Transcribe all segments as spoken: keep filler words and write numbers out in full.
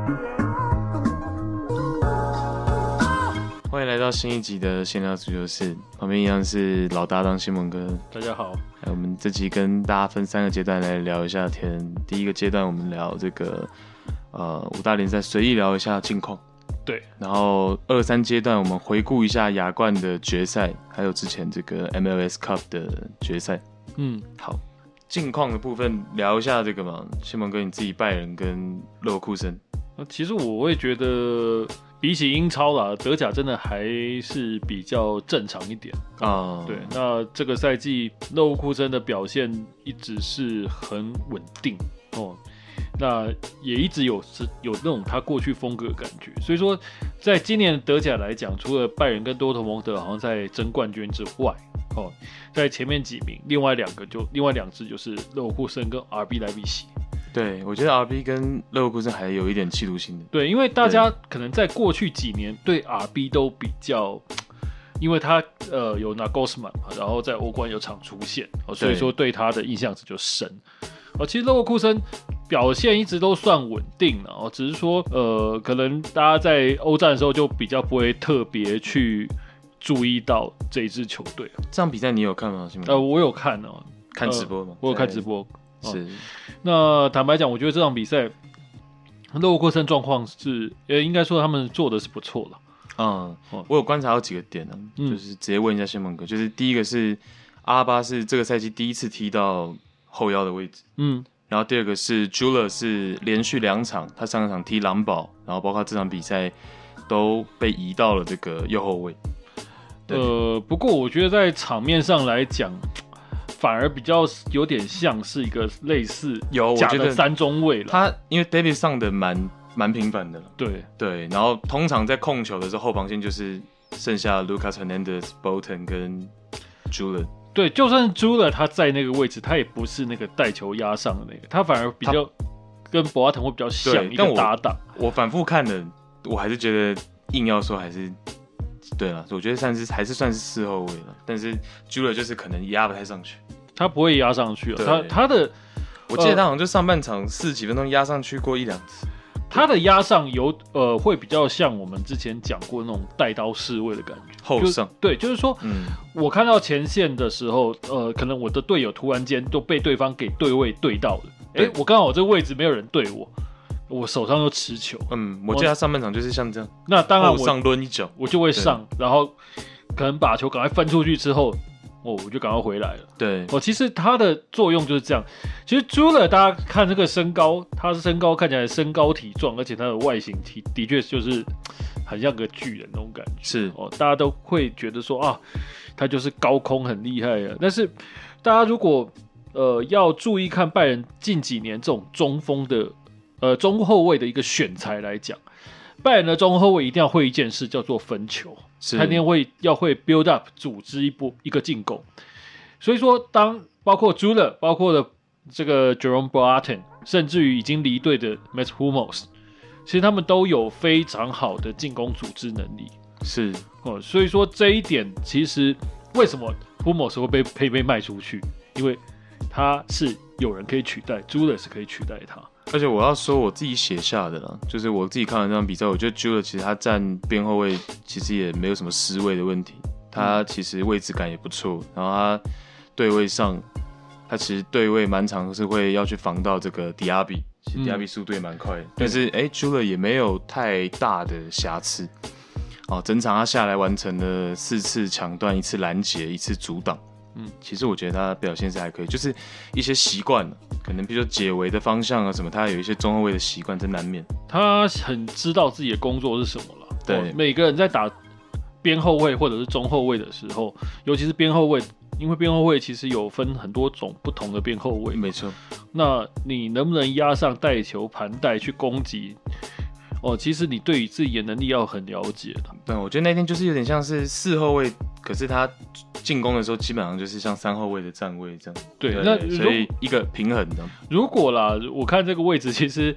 欢迎来到新一集的闲聊足球室，旁边一样是老搭档新蒙哥。 大家好， 我们这集跟大家分三个阶段来聊一下天。第一个阶段我们聊这个呃五大联赛，随意聊一下近况。 对， 然后二三阶段我们回顾一下亚冠的决赛，还有之前这个 M L S Cup 的决赛。嗯，好，近况的部分聊一下这个嘛，新蒙哥你自己拜仁跟勒沃库森。 其实我会觉得。比起英超啦，德甲真的还是比较正常一点啊。对，那这个赛季勒沃库森的表现一直是很稳定哦，那也一直有有那种他过去风格的感觉。所以说，在今年的德甲来讲，除了拜仁跟多特蒙德好像在争冠军之外，哦，在前面几名，另外两个就另外两支就是勒沃库森跟 R B 莱比锡。 对，我觉得 R B 跟勒沃库森还有一点企图心的。 对，因为大家可能在过去几年对 R B 都比较，因为他呃有拿 Gosman 嘛，然后在欧冠有常出现，哦，所以说对他的印象值就深。哦，其实勒沃库森表现一直都算稳定了，哦，只是说呃，可能大家在欧战的时候就比较不会特别去注意到这一支球队。 这场比赛你有看吗？ 呃，我有看哦， 看直播吗？ 呃、我有看直播。 是， 哦，那坦白讲，我觉得这场比赛勒沃库森状况是，呃，应该说他们做的是不错了。 嗯，我有观察到几个点呢，啊嗯，就是直接问一下谢蒙哥，就是第一个是阿拉巴是这个赛季第一次踢到后腰的位置，嗯，然后第二个是 Jula 是连续两场，他上一场踢狼堡，然后包括这场比赛都被移到了这个右后卫。 呃，不过我觉得在场面上来讲。反而比较有点像是一个类似假的三中卫了。 他因为 David 上的蛮蛮频繁的了， 对对，然后通常在控球的时候，后防线就是剩下 Lucas Hernandez、Bolton 跟 Jula。 对，就算 Jula 他在那个位置，他也不是那个带球压上的那个，他反而比较跟博阿滕会比较像一个搭档。 我, 我反复看了，我还是觉得硬要说还是。对了，我觉得算是还是算是四后卫了，但是 Jula 就是可能压不太上去， 他不会压上去了。他他的， 我记得他好像就上半场四十几分钟压上去过一两次。 他的压上有呃会比较像我们之前讲过那种带刀侍卫的感觉， 后上。 对，就是说，嗯，我看到前线的时候，呃，可能我的队友突然间都被对方给对位对到了，哎，我刚好这个位置没有人对我。我手上又持球， 嗯，我记得他上半场就是像这样。 那当然我， 后上抡一脚， 我就会上，然后可能把球赶快分出去之后，哦，我就赶快回来了。 对， 哦，其实它的作用就是这样。其实Jula大家看这个身高，他是身高看起来身高体壮，而且他的外形体的确就是很像个巨人那种感觉。 是哦，大家都会觉得说啊，他就是高空很厉害啊。但是大家如果呃要注意看拜仁近几年这种中锋的。呃，中后卫的一个选材来讲，拜仁的中后卫一定要会一件事，叫做分球，他一定会要会 build up 组织一波一个进攻。所以说，当包括 Jula， 包括了这个 Jerome Boateng， 甚至于已经离队的 Mats Hummels， 其实他们都有非常好的进攻组织能力。 是哦，所以说这一点其实为什么 Hummels 会被被被卖出去，因为他是有人可以取代 ，Jula 是可以取代他。 而且我要说我自己写下的啦，就是我自己看完这场比赛，我觉得 Jula 其实他站边后卫其实也没有什么失位的问题，他其实位置感也不错，然后他对位上，他其实对位蛮常是会要去防到这个迪亚比，其实迪亚比速度也蛮快的，嗯，但是哎 Jula 也没有太大的瑕疵，哦，整场他下来完成了四次抢断，一次拦截，一次阻挡。嗯，其实我觉得他表现是还可以，就是一些习惯，可能比如说解围的方向啊什么，他有一些中后卫的习惯，这难免。 他很知道自己的工作是什么了。 对， 哦，每个人在打边后卫或者是中后卫的时候，尤其是边后卫，因为边后卫其实有分很多种不同的边后卫。 没错。 那你能不能压上带球盘带去攻击？哦，其实你对于自己的能力要很了解的。 对，我觉得那天就是有点像是四后卫，可是他进攻的时候基本上就是像三后卫的站位这样。 对， 对， 那所以一个平衡的。 如果啦，我看这个位置其实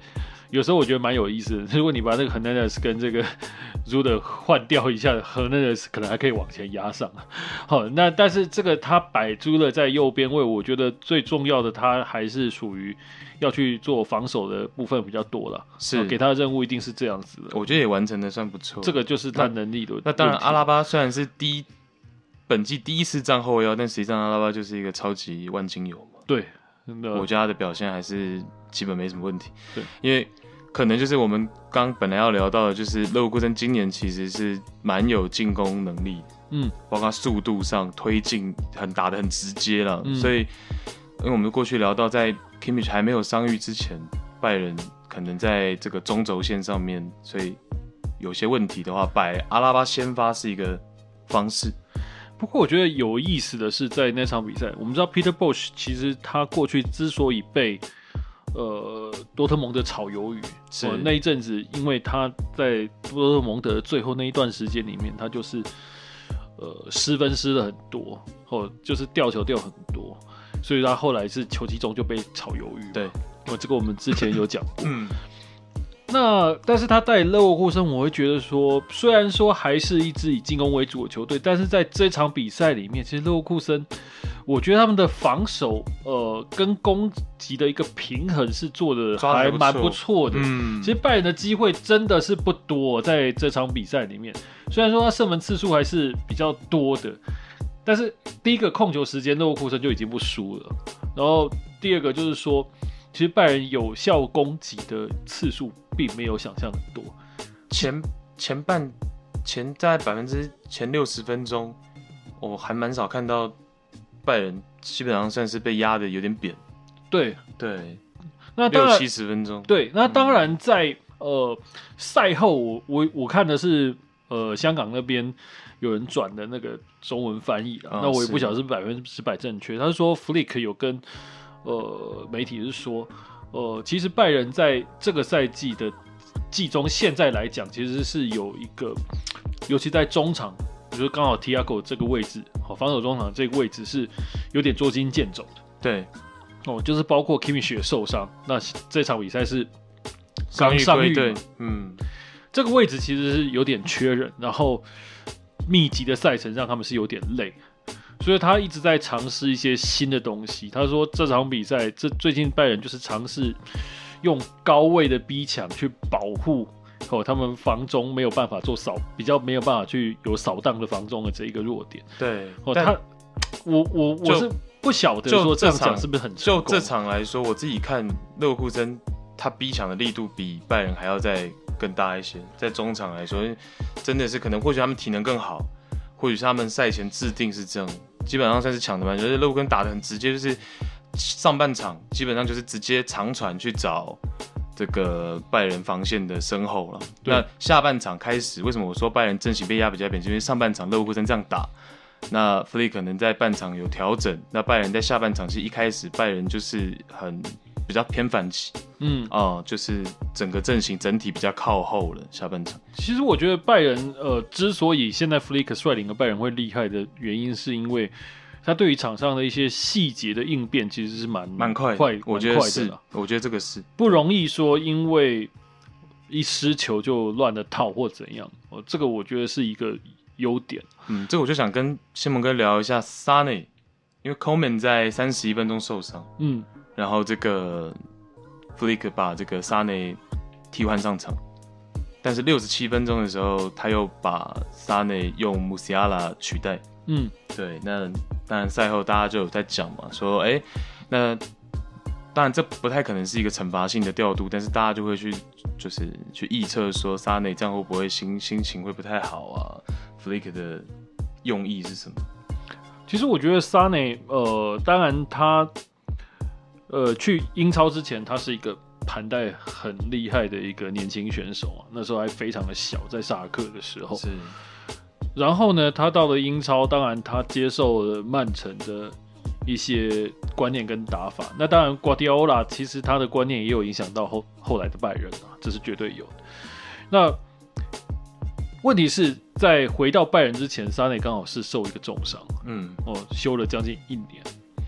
有时候我觉得蛮有意思的。如果你把这个 Hernandez 跟这个 Zuder 换掉一下 ，Hernandez 可能还可以往前压上。好，那但是这个他摆 Zuder 在右边位，我觉得最重要的他还是属于要去做防守的部分比较多了。 是给他的任务一定是这样子的。 我觉得也完成的算不错。 这个就是他能力的。 那, 那当然，阿拉巴虽然是第一本季第一次站后腰，但实际上阿拉巴就是一个超级万金油嘛。 对， 我觉得他的表现还是基本没什么问题。 对， 因为可能就是我们刚本来要聊到的，就是勒沃库森今年其实是蛮有进攻能力，嗯，包括速度上推进很打得很直接了，嗯，所以因为我们过去聊到，在 Kimmich 还没有伤愈之前，拜仁可能在这个中轴线上面，所以有些问题的话，摆阿拉巴先发是一个方式。 不过我觉得有意思的是，在那场比赛，我们知道 Peter Bosz 其实他过去之所以被呃多特蒙德炒鱿鱼，是、呃、那一阵子，因为他在多特蒙德最后那一段时间里面，他就是呃失分失了很多，或就是掉球掉很多，所以他后来是球季中就被炒鱿鱼。 对， 呃，这个我们之前有讲过。嗯。那但是他带勒沃库森，我会觉得说，虽然说还是一支以进攻为主的球队，但是在这场比赛里面，其实勒沃库森，我觉得他们的防守，呃，跟攻击的一个平衡是做的还蛮不错的。嗯，其实拜仁的机会真的是不多，在这场比赛里面，虽然说他射门次数还是比较多的，但是第一个控球时间，勒沃库森就已经不输了，然后第二个就是说，其实拜仁有效攻击的次数并没有想象的多。 前前半前在百分之前六十分钟，我还蛮少看到拜仁基本上算是被压的有点扁。 对对， 那当然六七十分钟。 对，那当然在、嗯、呃赛后我，我我看的是呃香港那边有人转的那个中文翻译啦、哦、那我也不晓得是百分之百正确。他是说 Flick 有跟呃媒体是说，呃其实拜仁在这个赛季的季中现在来讲，其实是有一个，尤其在中场，我觉得刚好 Thiago 这个位置，好防守中场这个位置是有点捉襟见肘的。 对， 哦，就是包括 Kimmich 受伤，那这场比赛是刚伤愈， 对，嗯， 这个位置其实是有点缺人，然后密集的赛程让他们是有点累，所以他一直在尝试一些新的东西。他说这场比赛，这最近拜仁就是尝试用高位的逼抢去保护哦，他们防中没有办法做扫，比较没有办法去有扫荡的防中的这一个弱点。 对， 哦，他我我我是不晓得说这样讲是不是很成功。 就这场来说，我自己看勒沃库森他逼抢的力度比拜仁还要再更大一些。在中场来说，真的是可能或许他们体能更好，或许是他们赛前制定是这样，基本上算是抢的嘛。就是勒沃库森打得很直接，就是上半场基本上就是直接长传去找这个拜仁防线的身后了。那下半场开始，为什么我说拜仁阵型被压比较扁？因为上半场勒沃库森这样打，那弗里可能在半场有调整，那拜仁在下半场其实一开始拜仁就是很比较偏反击，嗯啊、呃，就是整个阵型整体比较靠后了。下半场， 其实我觉得拜仁呃之所以现在弗里克率领的拜仁会厉害的原因，是因为他对于场上的一些细节的应变其实是蛮蛮快， 快， 我觉得是，我觉得这个是不容易说，因为一失球就乱了套或怎样，哦，这个我觉得是一个优点。 嗯，这个我就想跟先蒙哥聊一下沙内，因为 Coleman 在三十一分钟受伤，嗯，然后这个 Flick 把这个沙内替换上场，但是六十七分钟的时候，他又把沙内用 Musiala 取代。嗯，对，那当然赛后大家就有在讲嘛，说哎、欸，那当然这不太可能是一个惩罚性的调度，但是大家就会去就是去臆测说沙内这样会不会心心情会不太好啊 ？Flick 的用意是什么？ 其实我觉得沙内，呃，当然他呃去英超之前，他是一个盘带很厉害的一个年轻选手啊，那时候还非常的小，在萨尔克的时候是。然后呢，他到了英超，当然他接受了曼城的一些观念跟打法。那当然，瓜迪奥拉其实他的观念也有影响到 后, 后来的拜仁啊，这是绝对有的。那问题是在回到拜仁之前，沙内刚好是受一个重伤，嗯，哦，休了将近一年。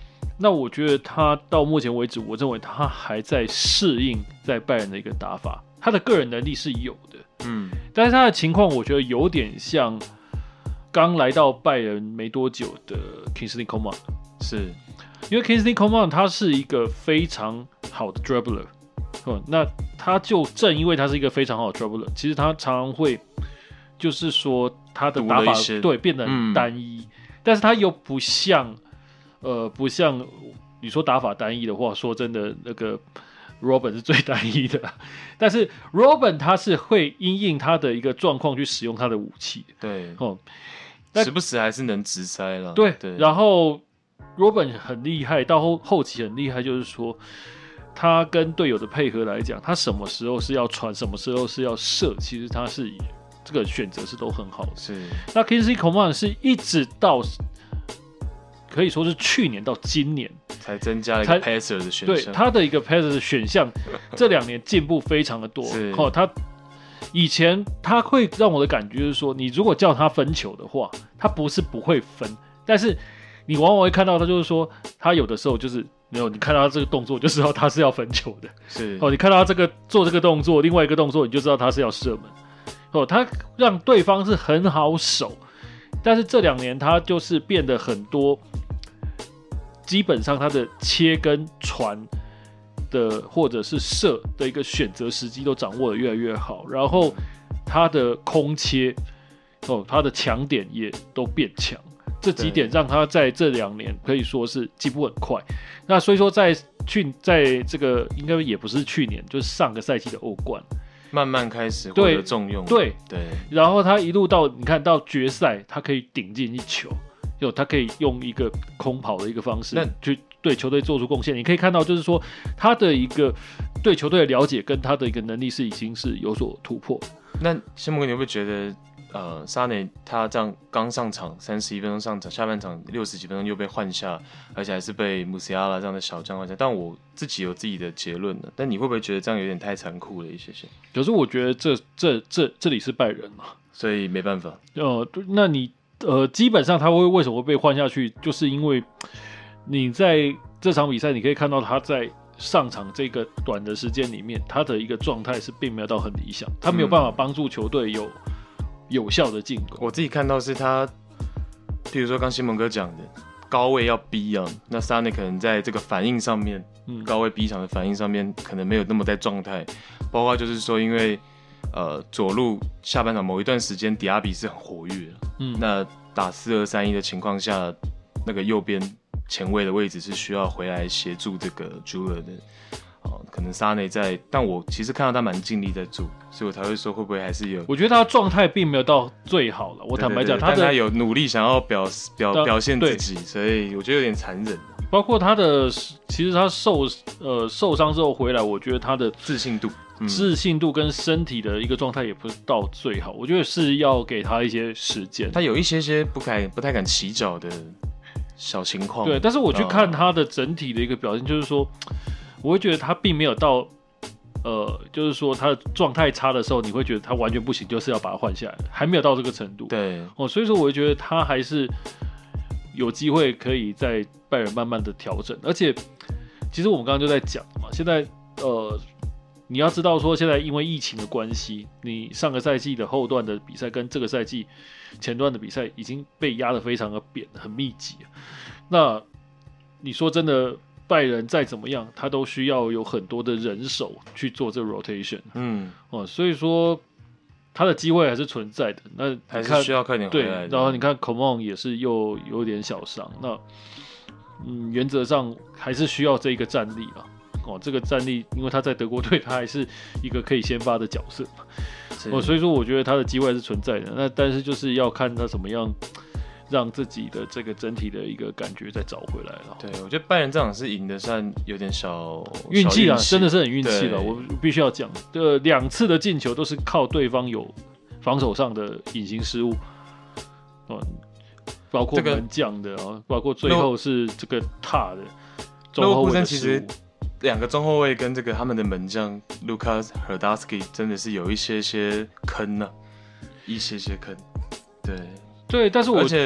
那我觉得他到目前为止，我认为他还在适应在拜仁的一个打法，他的个人能力是有的， 嗯， 但是他的情况我觉得有点像刚来到拜仁没多久的 Kingsley Coman， 是因为 Kingsley Coman 他是一个非常好的 dribbler， 嗯，那他就正因为他是一个非常好的 dribbler， 其实他常常会就是说他的打法对变得很单一，嗯，但是他又不像。呃，不像你说打法单一的话，说真的，那个 Robin 是最单一的，但是 Robin 他是会因应他的一个状况去使用他的武器， 对， 哦， 时不时还是能直塞了， 对， 对。 然后 Robin 很厉害，到后后期很厉害，就是说他跟队友的配合来讲，他什么时候是要传，什么时候是要射，其实他是这个选择是都很好的。 是， 那 Kingsley Coman 是一直到。可以说是去年到今年才增加了一个 passer 的选项， 对他的一个 passer 的选项，这两年进步非常的多。哦，他以前他会让我的感觉就是说，你如果叫他分球的话，他不是不会分，但是你往往会看到他就是说，他有的时候就是没有，你看到他这个动作就知道他是要分球的。 是哦，你看到他这个做这个动作，另外一个动作你就知道他是要射门。哦，他让对方是很好守，但是这两年他就是变得很多。基本上他的切跟传的或者是射的一个选择时机都掌握得越来越好，然后他的空切哦，他的强点也都变强，这几点让他在这两年可以说是进步很快。那所以说在去在这个应该也不是去年，就是上个赛季的欧冠， 慢慢开始获得重用， 对对, 对， 然后他一路到你看到决赛，他可以顶进一球。就他可以用一个空跑的一个方式去对球队做出贡献，你可以看到，就是说他的一个对球队的了解跟他的一个能力是已经是有所突破。 那谢木哥，你会不会觉得，呃，沙内他这样刚上场三十一分钟上场，下半场六十几分钟又被换下，而且还是被穆西亚拉这样的小将换下？但我自己有自己的结论了，但你会不会觉得这样有点太残酷了一些些？ 可是我觉得这这这这里是拜仁嘛， 所以没办法。 呃，那你。呃，基本上他会为什么会被换下去，就是因为你在这场比赛，你可以看到他在上场这个短的时间里面，他的一个状态是并没有到很理想，他没有办法帮助球队有有效的进攻。 我自己看到是他，譬如说刚新蒙哥讲的高位要逼啊，那沙内可能在这个反应上面，嗯，高位逼抢的反应上面可能没有那么在状态，包括就是说因为。呃，左路下半场某一段时间，迪亚比是很活跃的。嗯，那打四二三一的情况下，那个右边前卫的位置是需要回来协助这个 Juler 的。哦，可能沙内在，但我其实看到他蛮尽力在做，所以我才会说会不会还是有。 我觉得他的状态并没有到最好了。我坦白讲， 他他有努力想要表表表现自己，所以我觉得有点残忍。 包括他的，其实他受呃受伤之后回来，我觉得他的自信度。嗯、 自信度跟身体的一个状态也不是到最好，我觉得是要给他一些时间。 他有一些些不敢、不太敢起脚的小情况。 对，但是我去看他的整体的一个表现，就是说，我会觉得他并没有到，呃，就是说他的状态差的时候，你会觉得他完全不行，就是要把他换下来，还没有到这个程度。 对， 哦，所以说我会觉得他还是有机会可以在拜仁慢慢的调整，而且其实我们刚刚就在讲嘛，现在呃。你要知道说，现在因为疫情的关系，你上个赛季的后段的比赛跟这个赛季前段的比赛已经被压得非常的扁，很密集。那你说真的，拜仁再怎么样，他都需要有很多的人手去做这个 rotation。嗯，哦，所以说他的机会还是存在的。那还是需要快点回来的。 对，然后你看 Coman 也是又有点小伤，那嗯，原则上还是需要这一个战力啦。哦，这个战力，因为他在德国队，他还是一个可以先发的角色嘛。哦，所以说我觉得他的机会是存在的。那但是就是要看他怎么样让自己的这个整体的一个感觉再找回来了。 对，我觉得拜仁这场是赢的算有点小运气啦，真的是很运气了。我必须要讲，这两次的进球都是靠对方有防守上的隐形失误，哦，包括门将的啊、这个，包括最后是这个踏的中后卫的失误。 两个中后卫跟这个他们的门将 Lukas Hradecky 真的是有一些些坑呢、啊，一些些坑。对对，但是我而且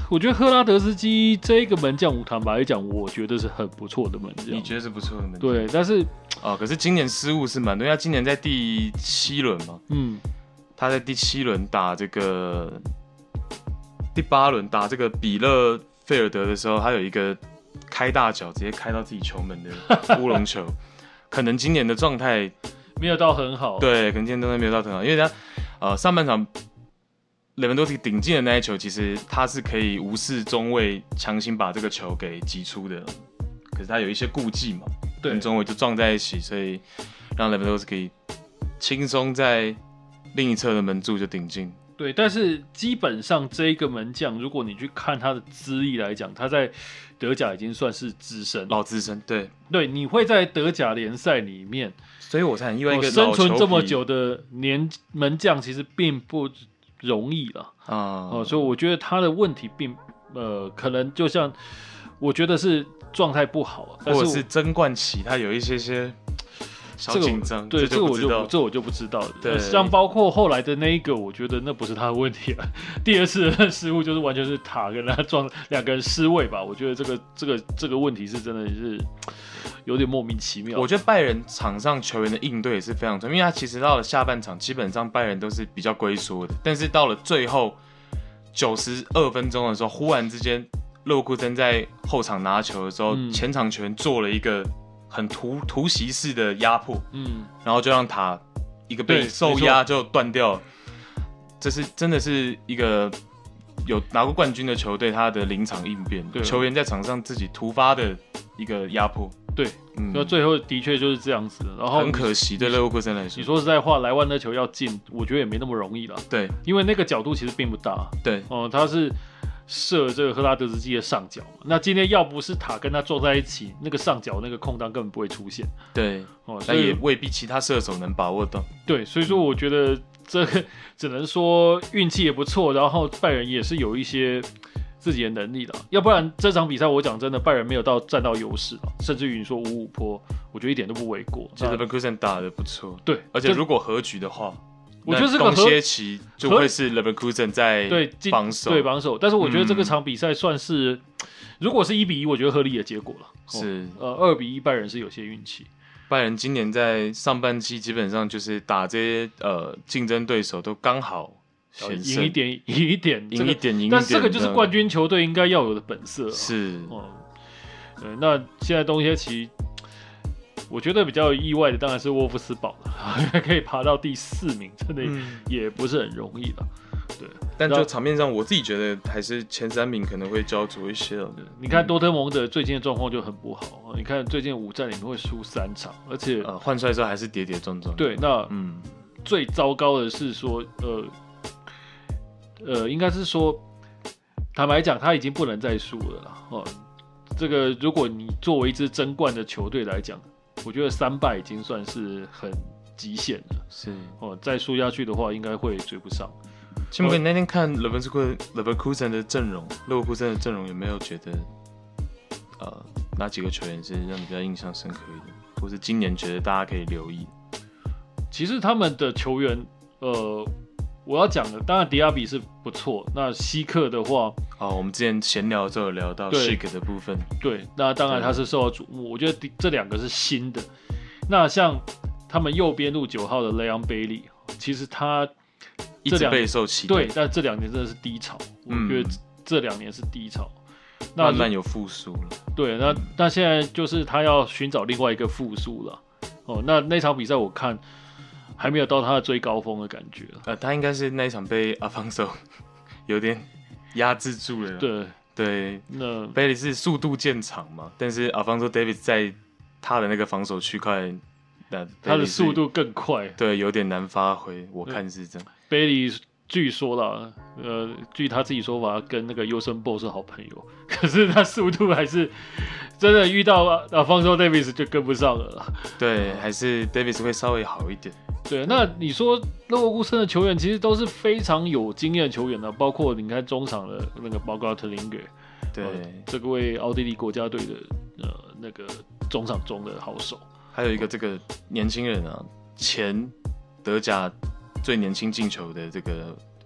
我觉得赫拉德斯基这个门将，坦白讲，我觉得是很不错的门将。 你觉得是不错的门将？ 对，但是哦，可是今年失误是蛮多，因为他今年在第七轮嘛，嗯，他在第七轮打这个第八轮打这个比勒费尔德的时候，他有一个开大脚，直接开到自己球门的乌龙球，可能今年的状态没有到很好。 对，可能今年状态没有到很好，因为他呃上半场。雷文多夫顶进的那一球，其实他是可以无视中卫强行把这个球给击出的，可是他有一些顾忌嘛， 对， 跟中卫就撞在一起，所以让雷文多夫可以轻松在另一侧的门柱就顶进。 对，但是基本上这一个门将，如果你去看他的资历来讲，他在德甲已经算是资深， 老资深，对对，你会在德甲联赛里面， 所以我才很意外，一个生存这么久的年门将其实并不容易了啊、呃，所以我觉得他的问题并呃，可能就像我觉得是状态不好、啊，但是或者是争冠期他有一些些小紧张， 这个、对，这个我就这我就不知道了。对，像包括后来的那一个，我觉得那不是他的问题了。第二次的失误就是完全是塔跟他撞两个人失位吧，我觉得这个这个这个问题是真的是有点莫名其妙。 我觉得拜仁场上球员的应对也是非常重要，因为他其实到了下半场，基本上拜仁都是比较龟缩的，但是到了最后九十二分钟的时候，忽然之间勒沃库森在后场拿球的时候，嗯、前场球员做了一个很突突袭式的压迫，嗯，然后就让塔一个被受压就断掉了。这是真的是一个有拿过冠军的球队他的临场应变，球员在场上自己突发的一个压迫。 对，那、嗯、最后的确就是这样子。然后很可惜，对勒沃库森来说， 你说实在话，莱万那球要进，我觉得也没那么容易啦。 对， 因为那个角度其实并不大。 对， 哦、呃，他是射这个赫拉德斯基的上角嘛。那今天要不是塔跟他撞在一起，那个上角那个空档根本不会出现。 对，哦，但也未必其他射手能把握到。 对，所以说我觉得这个只能说运气也不错，然后拜仁也是有一些自己的能力了，要不然这场比赛我讲真的，拜仁没有到占到优势了，甚至于你说五五波，我觉得一点都不为过。 其实 Leverkusen 打得不错， 对， 而且如果和局的话， 我觉得这个东歇期就会是 Leverkusen 在防守， 对防守。但是我觉得这个场比赛算是，嗯、如果是一比一，我觉得合理的结果了。 是， 呃，二比一，拜仁是有些运气。 拜仁今年在上半期基本上就是打这些呃竞争对手都刚好。 赢一点，赢一点， 赢一点，赢一点。 但这个就是冠军球队应该要有的本色。 是， 哦、嗯，呃，那现在东歇期，我觉得比较意外的当然是沃夫斯堡了，可以爬到第四名，真的也不是很容易了。对， 但就场面上，我自己觉得还是前三名可能会焦灼一些了。 你看多特蒙德最近的状况就很不好，你看最近五战里面会输三场，而且呃换帅之后还是跌跌撞撞。 对，那嗯，最糟糕的是说，呃。呃，应该是说，坦白讲，他已经不能再输了啦。哦，这个如果你作为一支争冠的球队来讲，我觉得三败已经算是很极限了。 是哦，再输下去的话，应该会追不上。 秦博哥，你那天看 Leverkusen 的阵容，勒沃库森的阵容有没有觉得，呃，哪几个球员是让你比较印象深刻一点，或是今年觉得大家可以留意？ 其实他们的球员，呃。我要讲的，当然迪亚比是不错。那希克的话， 哦，我们之前闲聊的时候有聊到 Schick 的部分， 对，那当然他是受到瞩目。我觉得这两个是新的。那像他们右边路九号的 Leon Bailey， 其实他一直备受期待， 对，但这两年真的是低潮。我觉得这两年是低潮， 嗯、慢慢有复苏了。 对，那那现在就是他要寻找另外一个复苏了。哦，那那场比赛我看。还没有到他的最高峰的感觉。 呃，他应该是那一场被阿方索有点压制住了。 对对，那贝利是速度见长嘛，但是阿方索 Davis 在他的那个防守区块，那他的速度更快， 对，有点难发挥。我看是这样。 贝利据说啦，呃，据他自己说法，跟那个优森 Bo 是好朋友，可是他速度还是真的遇到阿方索 Davis 就跟不上了啦。 对，还是 Davis 会稍微好一点。 对，那你说勒沃库森的球员其实都是非常有经验的球员的，包括你看中场的那个包括特林格， 对、呃， 这个位奥地利国家队的呃那个中场中的好手， 还有一个这个年轻人啊，前德甲最年轻进球的这个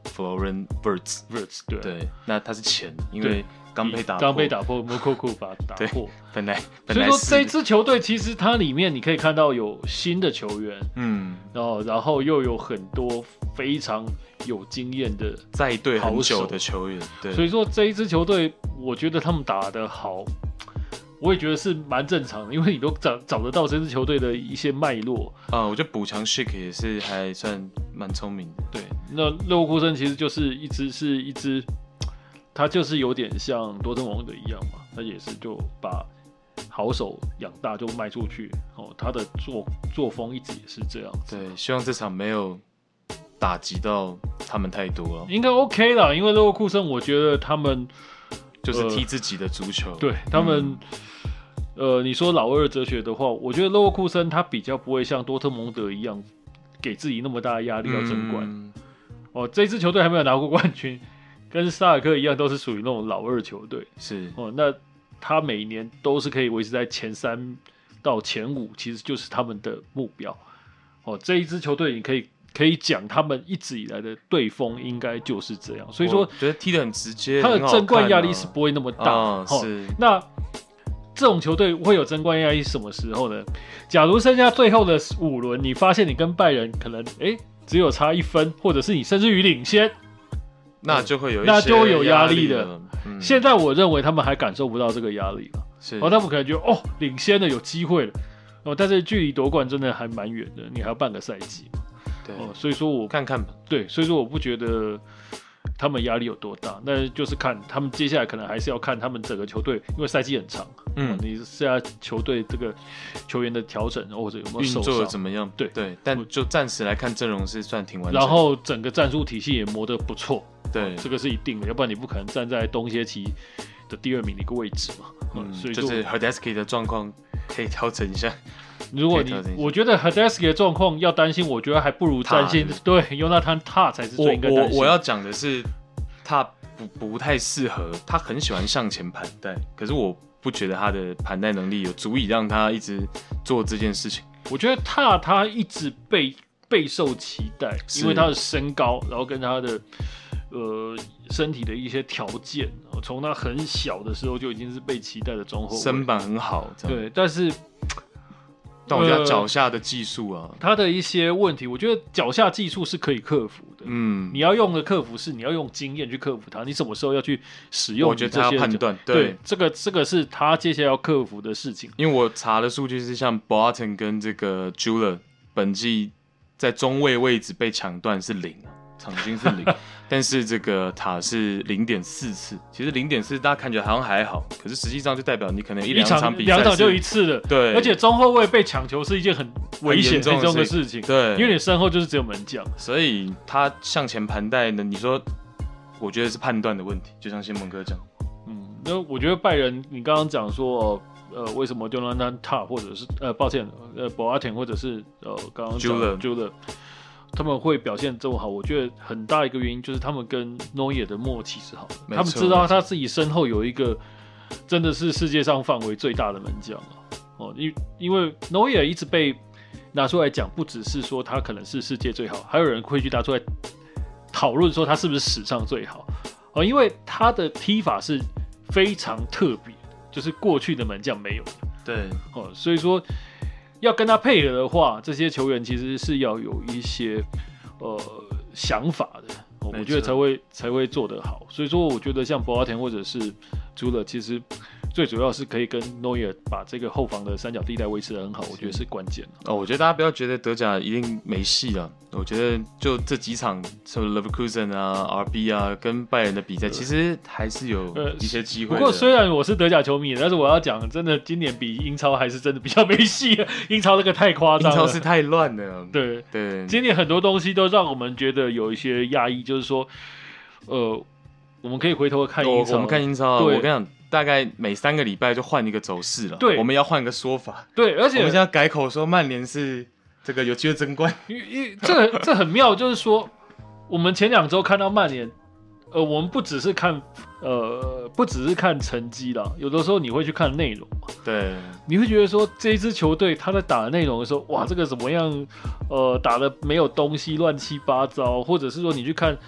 Florian Wirtz， Wirtz 对对，那他是前，因为刚被打破， 刚被打破 Moukoko 把他打破， 本来本所以说来是这支球队其实它里面你可以看到有新的球员， 嗯， 然后然后又有很多非常有经验的在队很久的球员，对， 所以说这一支球队，我觉得他们打得好，我也觉得是蛮正常的，因为你都找找得到这支球队的一些脉络啊、我觉得补强 Schick 也是还算蛮聪明的。 对，那勒沃库森其实就是一支是一支，他就是有点像多特蒙德一样嘛，他也是就把好手养大就卖出去哦，他的作作风一直也是这样子。 对，希望这场没有打击到他们太多了， 应该 OK 啦，因为勒沃库森，我觉得他们就是踢自己的足球。 呃、对他们。嗯呃，你说老二哲学的话，我觉得勒沃库森他比较不会像多特蒙德一样给自己那么大的压力要争冠。嗯、哦，这支球队还没有拿过冠军，跟萨尔克一样都是属于那种老二球队。 是哦，那他每年都是可以维持在前三到前五，其实就是他们的目标。哦，这一支球队你可以可以讲，他们一直以来的队风应该就是这样。所以说， 觉得踢得很直接， 他的争冠压力啊是不会那么大。 哦、是那。这种球队会有争冠压力什么时候呢？假如剩下最后的五轮，你发现你跟拜仁可能哎只有差一分，或者是你甚至于领先， 那就会有一些那就会有压力的。 嗯、 现在我认为他们还感受不到这个压力了， 是， 哦，他们可能觉得哦领先了有机会了，哦，但是距离夺冠真的还蛮远的，你还要半个赛季嘛， 对， 哦，所以说我看看吧， 对，所以说我不觉得。他们压力有多大？那就是看他们接下来可能还是要看他们整个球队，因为赛季很长。嗯，你现在球队这个球员的调整或者有没有受伤， 运作怎么样？ 对对，但就暂时来看阵容是算挺完整。 然后整个战术体系也磨得不错。 对、哦， 这个是一定的，要不然你不可能站在东歇期的第二名的一个位置嘛。嗯，嗯所以就是 Hradecky 的状况可以调整一下。 如果你我觉得 Hradecky 的状况要担心，我觉得还不如担心对 Jonathan Tah 才是最应该担心。 我我我要讲的是，他不不太适合，他很喜欢向前盘带，可是我不觉得他的盘带能力有足以让他一直做这件事情。 我觉得 Tah 他一直被备受期待，因为他的身高，然后跟他的呃身体的一些条件，从他很小的时候就已经是被期待的中后卫， 身板很好， 对，但是。 但我觉得脚下的技术啊、呃， 他的一些问题，我觉得脚下技术是可以克服的。嗯，你要用的克服是你要用经验去克服它，你什么时候要去使用？ 我觉得他要判断，对， 对，这个这个是他接下来要克服的事情。 因为我查的数据是像 Boateng 跟这个 Juller 本季在中卫位置被抢断是零啊，场均是零，但是这个塔是零点四次，其实零点四大家看起来好像还好，可是实际上就代表你可能一两场比赛两场就一次了， 对， 而且中后卫被抢球是一件很危险严重的事情， 对， 因为你身后就是只有门将， 所以他向前盘带呢，你说，我觉得是判断的问题，就像先蒙哥讲， 嗯，那我觉得拜仁，你刚刚讲说。呃，为什么 Jonathan Tah 或者是呃，抱歉，呃 Boateng 或者是呃，刚刚讲 Juller 他们会表现这么好？我觉得很大一个原因就是他们跟 Neuer 的默契是好的，他们知道他自己身后有一个真的是世界上范围最大的门将啊。哦，因因为 Neuer 一直被拿出来讲，不只是说他可能是世界最好，还有人会去拿出来讨论说他是不是史上最好哦，因为他的踢法是非常特别。就是过去的门将没有的， 对哦，所以说要跟他配合的话，这些球员其实是要有一些呃想法的，哦、我觉得才会才会做得好。所以说，我觉得像博阿田或者是Juller，其实最主要是可以跟 Neuer 把这个后防的三角地带维持得很好，我觉得是关键哦。我觉得大家不要觉得德甲一定没戏了，我觉得就这几场，什么 Leverkusen 啊、R B 啊，跟拜仁的比赛，其实还是有一些机会的。 不过虽然我是德甲球迷，但是我要讲，真的今年比英超还是真的比较没戏了。英超这个太夸张了， 英超是太乱了。 对对， 今年很多东西都让我们觉得有一些压抑，就是说，呃，我们可以回头看英超， 我们看英超，我跟你讲。大概每三个礼拜就换一个走势了， 对， 我们要换个说法， 对，而且我们现在改口说曼联是这个有机会争冠， 因为这这很妙，就是说我们前两周看到曼联，呃，我们不只是看呃，不只是看成绩啦，有的时候你会去看内容嘛， 对， 你会觉得说这一支球队他在打的内容的时候，哇，这个怎么样，呃，打的没有东西，乱七八糟，或者是说你去看。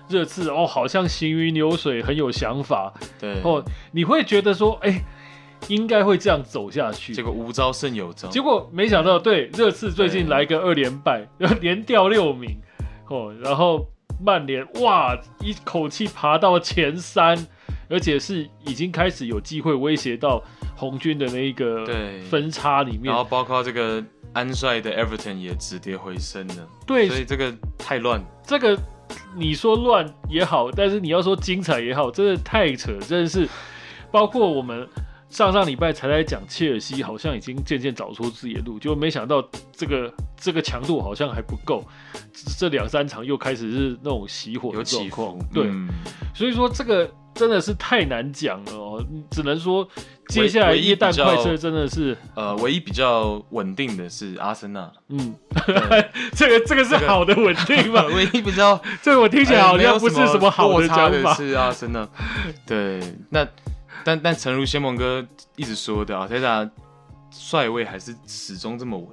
热刺哦，好像行云流水，很有想法。 对， 哦，你会觉得说，哎、欸，应该会这样走下去。 结果无招胜有招， 结果没想到，对，热刺最近来个二连败，连掉六名，哦，然后曼联哇，一口气爬到前三，而且是已经开始有机会威胁到红军的那一个分差里面， 然后包括这个安帅的 Everton 也止跌回升了。 对， 所以这个太乱。 这个你说乱也好，但是你要说精彩也好，真的太扯，真的是。包括我们上上礼拜才在讲切尔西，好像已经渐渐找出自己的路，就没想到这个这个强度好像还不够，这两三场又开始是那种熄火的状况。对、嗯，所以说这个真的是太难讲了哦，只能说接下来耶诞快车真的是呃，唯一比较稳定的是阿森纳。 嗯，这个这个是好的稳定吗？ 唯一比较这个我听起来好像不是什么好的讲法。 是阿森纳，对，那但但诚如先蒙哥一直说的，阿泰达帅位还是始终这么稳。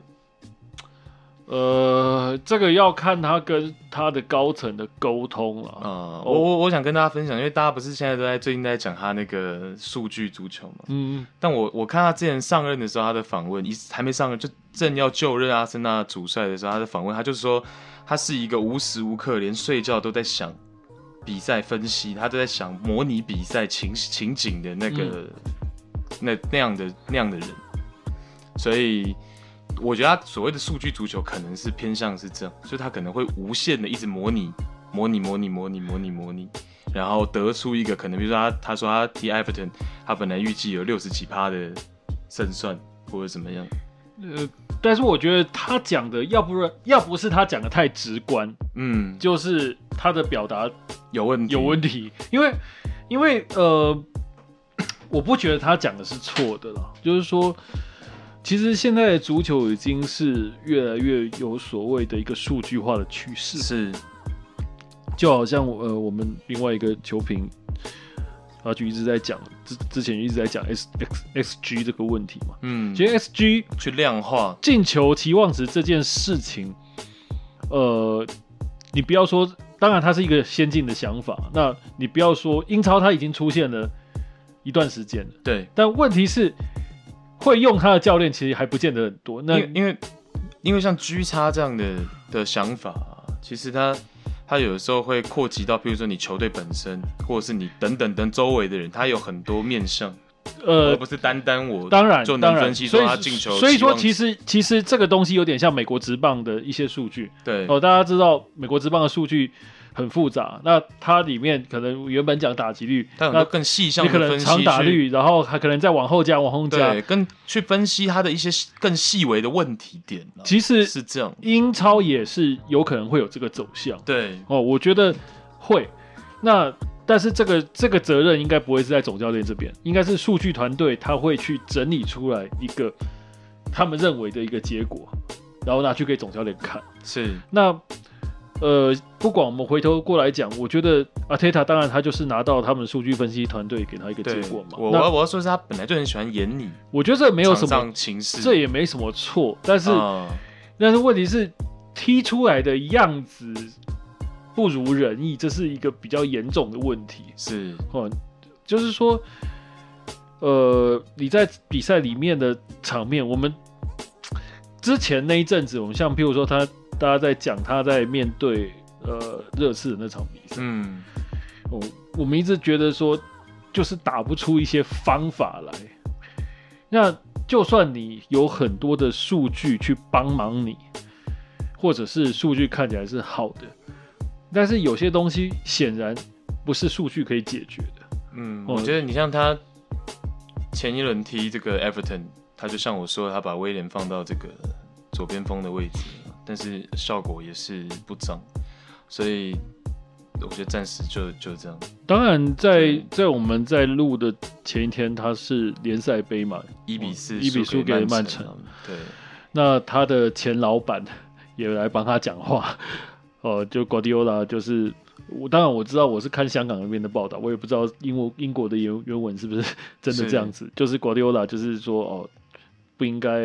呃，这个要看他跟他的高层的沟通了。 呃，我我我想跟大家分享，因为大家不是现在都在最近在讲他那个数据足球嘛。嗯。但我我看他之前上任的时候，他的访问，一还没上任就正要就任阿森纳主帅的时候，他的访问，他就说他是一个无时无刻连睡觉都在想比赛分析，他都在想模拟比赛情情景的那个、嗯、那那样的那样的人，所以。我觉得他所谓的数据足球可能是偏向是这样，所以他可能会无限的一直模拟、模拟、模拟、模拟、模拟、模拟，然后得出一个可能，比如说他他说他踢 Everton， 他本来预计有六十几趴的胜算或者怎么样。 呃，但是我觉得他讲的要不然要不是他讲的太直观，嗯，就是他的表达有问题， 有问题，因为因为呃，我不觉得他讲的是错的啦，就是说。其实现在的足球已经是越来越有所谓的一个数据化的趋势， 是， 就好像呃我们另外一个球评，他就一直在讲之之前一直在讲 S X X G 这个问题嘛，嗯，其实 X G 去量化进球期望值这件事情，呃，你不要说，当然它是一个先进的想法，那你不要说英超它已经出现了一段时间了， 对， 但问题是。会用他的教练其实还不见得很多，那因为因为像 G 叉这样的的想法、啊，其实他他有的时候会扩及到，譬如说你球队本身，或者是你等等等周围的人，他有很多面向，呃，而不是单单我当然就能分析说他进球。 所以说，其实其实这个东西有点像美国职棒的一些数据， 对哦，大家知道美国职棒的数据。很复杂，那它里面可能原本讲打击率， 它有很多更细项的分析， 你可能长打率，然后还可能再往后加、往后加， 对，跟去分析它的一些更细微的问题点。 其实是这样， 英超也是有可能会有这个走向。 对， 哦，我觉得会。那但是这个这个责任应该不会是在总教练这边，应该是数据团队他会去整理出来一个他们认为的一个结果，然后拿去给总教练看。 是， 那。呃，不管我们回头过来讲，我觉得阿泰塔当然他就是拿到他们数据分析团队给他一个结果嘛。 我我要我要说是他本来就很喜欢演你， 我觉得这没有什么情势， 这也没什么错。但是、嗯、但是问题是踢出来的样子不如人意，这是一个比较严重的问题。 是， 哦、嗯，就是说，呃，你在比赛里面的场面，我们之前那一阵子，我们像譬如说他。大家在讲他在面对呃热刺的那场比赛，嗯，我我们一直觉得说，就是打不出一些方法来。那就算你有很多的数据去帮忙你，或者是数据看起来是好的，但是有些东西显然不是数据可以解决的。 嗯，我觉得你像他前一轮踢这个 Everton， 他就像我说，他把威廉放到这个左边锋的位置。但是效果也是不彰，所以我觉得暂时就就这样。 当然在，在在我们在录的前一天，他是联赛杯嘛， 一比四， 一比输给曼城。 对， 那他的前老板也来帮他讲话，哦、呃，就瓜迪奥拉就是我，当然我知道我是看香港那边的报道，我也不知道英国英国的原原文是不是真的这样子。就是瓜迪奥拉就是说哦，不应该。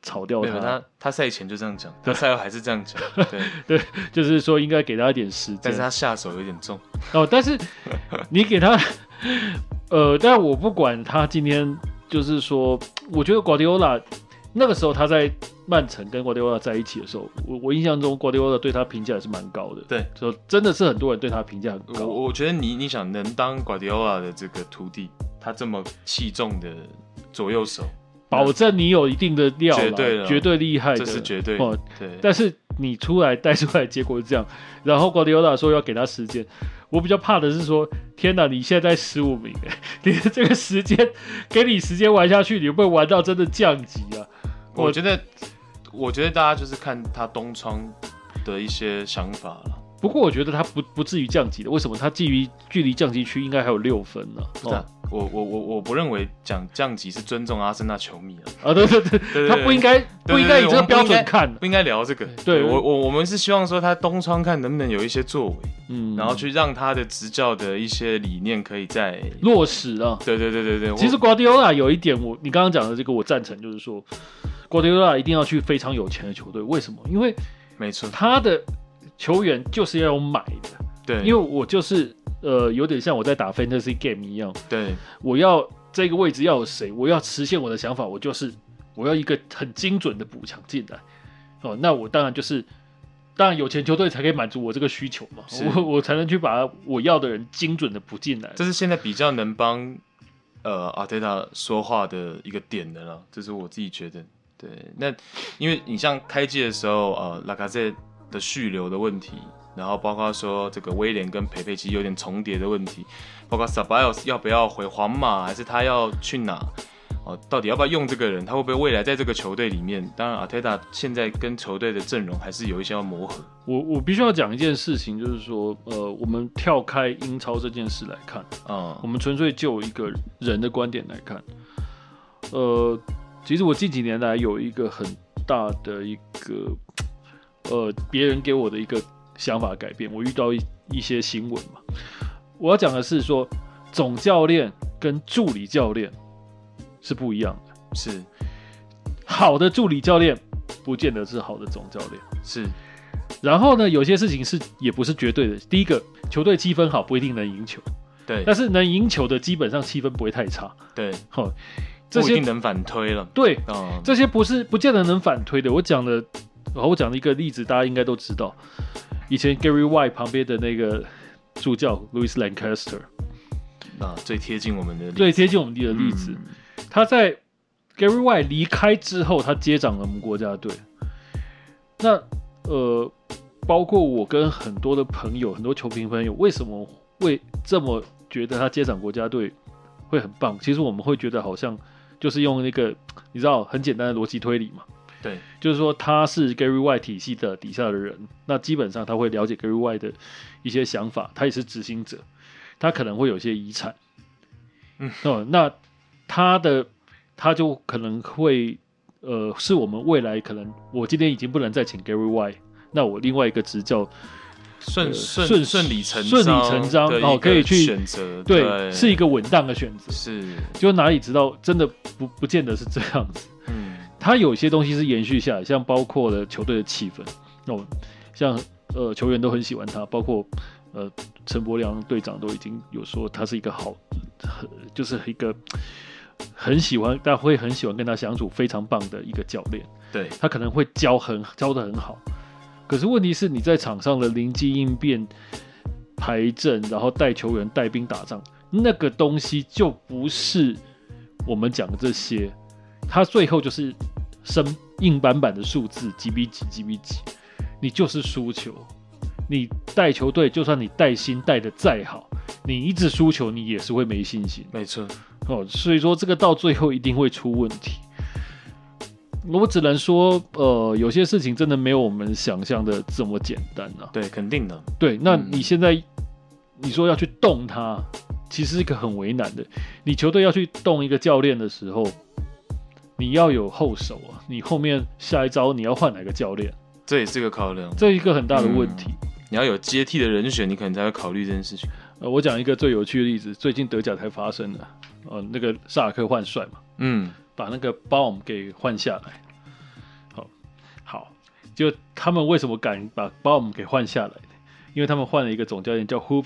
炒掉他。 他他赛前就这样讲，他赛后还是这样讲。对对，就是说应该给他一点时间， 但是他下手有点重。 哦，但是你给他，呃，但我不管他今天就是说，我觉得瓜迪奥拉那个时候他在曼城跟瓜迪奥拉在一起的时候，我我印象中瓜迪奥拉对他评价也是蛮高的。 对， 就真的是很多人对他评价很高。 我我觉得你你想能当瓜迪奥拉的这个徒弟，他这么器重的左右手， 保证你有一定的料啦， 绝对了， 绝对厉害的， 这是绝对的。哦，对。 但是你出来带出来的结果是这样，然后瓜迪奥拉说要给他时间，我比较怕的是说，天哪，你现在在十五名，你的这个时间给你时间玩下去，你会不会玩到真的降级啊？ 我觉得，我觉得大家就是看他东窗的一些想法了。 不过我觉得他不不至于降级的，为什么？他距离距离降级区应该还有六分呢、啊。 哦，我我我我不认为讲降级是尊重阿森纳球迷啊。 啊，对对 对, 对, 对，他不应该不应该以这个标准看， 不应该聊这个。对我我我们是希望说他东窗看能不能有一些作为，嗯，然后去让他的执教的一些理念可以在落实啊。 对对对对对。 其实瓜迪奥拉有一点我，你刚刚讲的这个我赞成，就是说瓜迪奥拉一定要去非常有钱的球队，为什么？因为没错， 他的球员就是要有买的。 对， 因为我就是呃，有点像我在打 fantasy game 一样。 对， 我要这个位置要有谁，我要实现我的想法，我就是我要一个很精准的补强进来。哦，那我当然就是，当然有钱球队才可以满足我这个需求嘛，我我才能去把我要的人精准的补进来。 这是现在比较能帮呃阿特塔说话的一个点的了，这是我自己觉得。对，那因为你像开季的时候，呃，拉卡塞的续留的问题。然后包括说这个威廉跟佩佩其实有点重叠的问题，包括 Ceballos 要不要回皇马，还是他要去哪？哦，到底要不要用这个人？他会不会未来在这个球队里面？当然，阿特塔现在跟球队的阵容还是有一些要磨合。 我我必须要讲一件事情，就是说，呃，我们跳开英超这件事来看，嗯，我们纯粹就一个人的观点来看，呃，其实我近几年来有一个很大的一个，呃，别人给我的一个。想法改变，我遇到 一, 一些新闻嘛，我要讲的是说，总教练跟助理教练是不一样的。 是， 好的助理教练不见得是好的总教练。 是， 然后呢，有些事情是也不是绝对的。第一个，球队气氛好不一定能赢球， 对， 但是能赢球的基本上气氛不会太差， 对， 好， 这些不一定能反推了。 对，嗯、这些不是不见得能反推的。我讲的，我讲的一个例子，大家应该都知道。以前 Gary White 旁边的那个助教 Louis Lancaster， 啊，最贴近我们的例子最贴近我们的例子，嗯、他在 Gary White 离开之后，他接掌了我们国家队。那呃，包括我跟很多的朋友，很多球评朋友，为什么会这么觉得他接掌国家队会很棒？其实我们会觉得好像就是用那个你知道很简单的逻辑推理嘛。 对， 就是说他是 Gary White 体系的底下的人，那基本上他会了解 Gary White 的一些想法，他也是执行者，他可能会有一些遗产，嗯，哦，那他的他就可能会呃，是我们未来可能我今天已经不能再请 Gary White， 那我另外一个执教顺顺顺顺理成顺理成章，然后可以去选择， 对， 对， 是一个稳当的选择， 是， 就哪里知道真的不不见得是这样子，嗯。他有些东西是延续下来，像包括了球队的气氛，哦，像呃球员都很喜欢他，包括呃陈柏良队长都已经有说他是一个好，就是一个很喜欢，大家会很喜欢跟他相处，非常棒的一个教练。 对， 他可能会教很教得很好，可是问题是你在场上的灵机应变、排阵，然后带球员、带兵打仗，那个东西就不是我们讲的这些。他最后就是生硬板板的数字，几比几，几比几，你就是输球。你带球队，就算你带薪带的再好，你一直输球，你也是会没信心。 没错， 哦，所以说这个到最后一定会出问题。我只能说，呃，有些事情真的没有我们想象的这么简单啊。 对，肯定的。 对，那你现在、嗯、你说要去动他，其实是一个很为难的。你球队要去动一个教练的时候，你要有后手啊，你后面下一招你要换哪个教练？ 这也是个考量， 这一个很大的问题、 嗯。你要有接替的人选，你可能才会考虑这件事情。 呃，我讲一个最有趣的例子，最近德甲才发生的，呃，那个萨尔克换帅嘛，嗯，把那个 Baum 给换下来， 就他们为什么敢把把我们给换下来？因为他们换了一个总教练叫 Hoop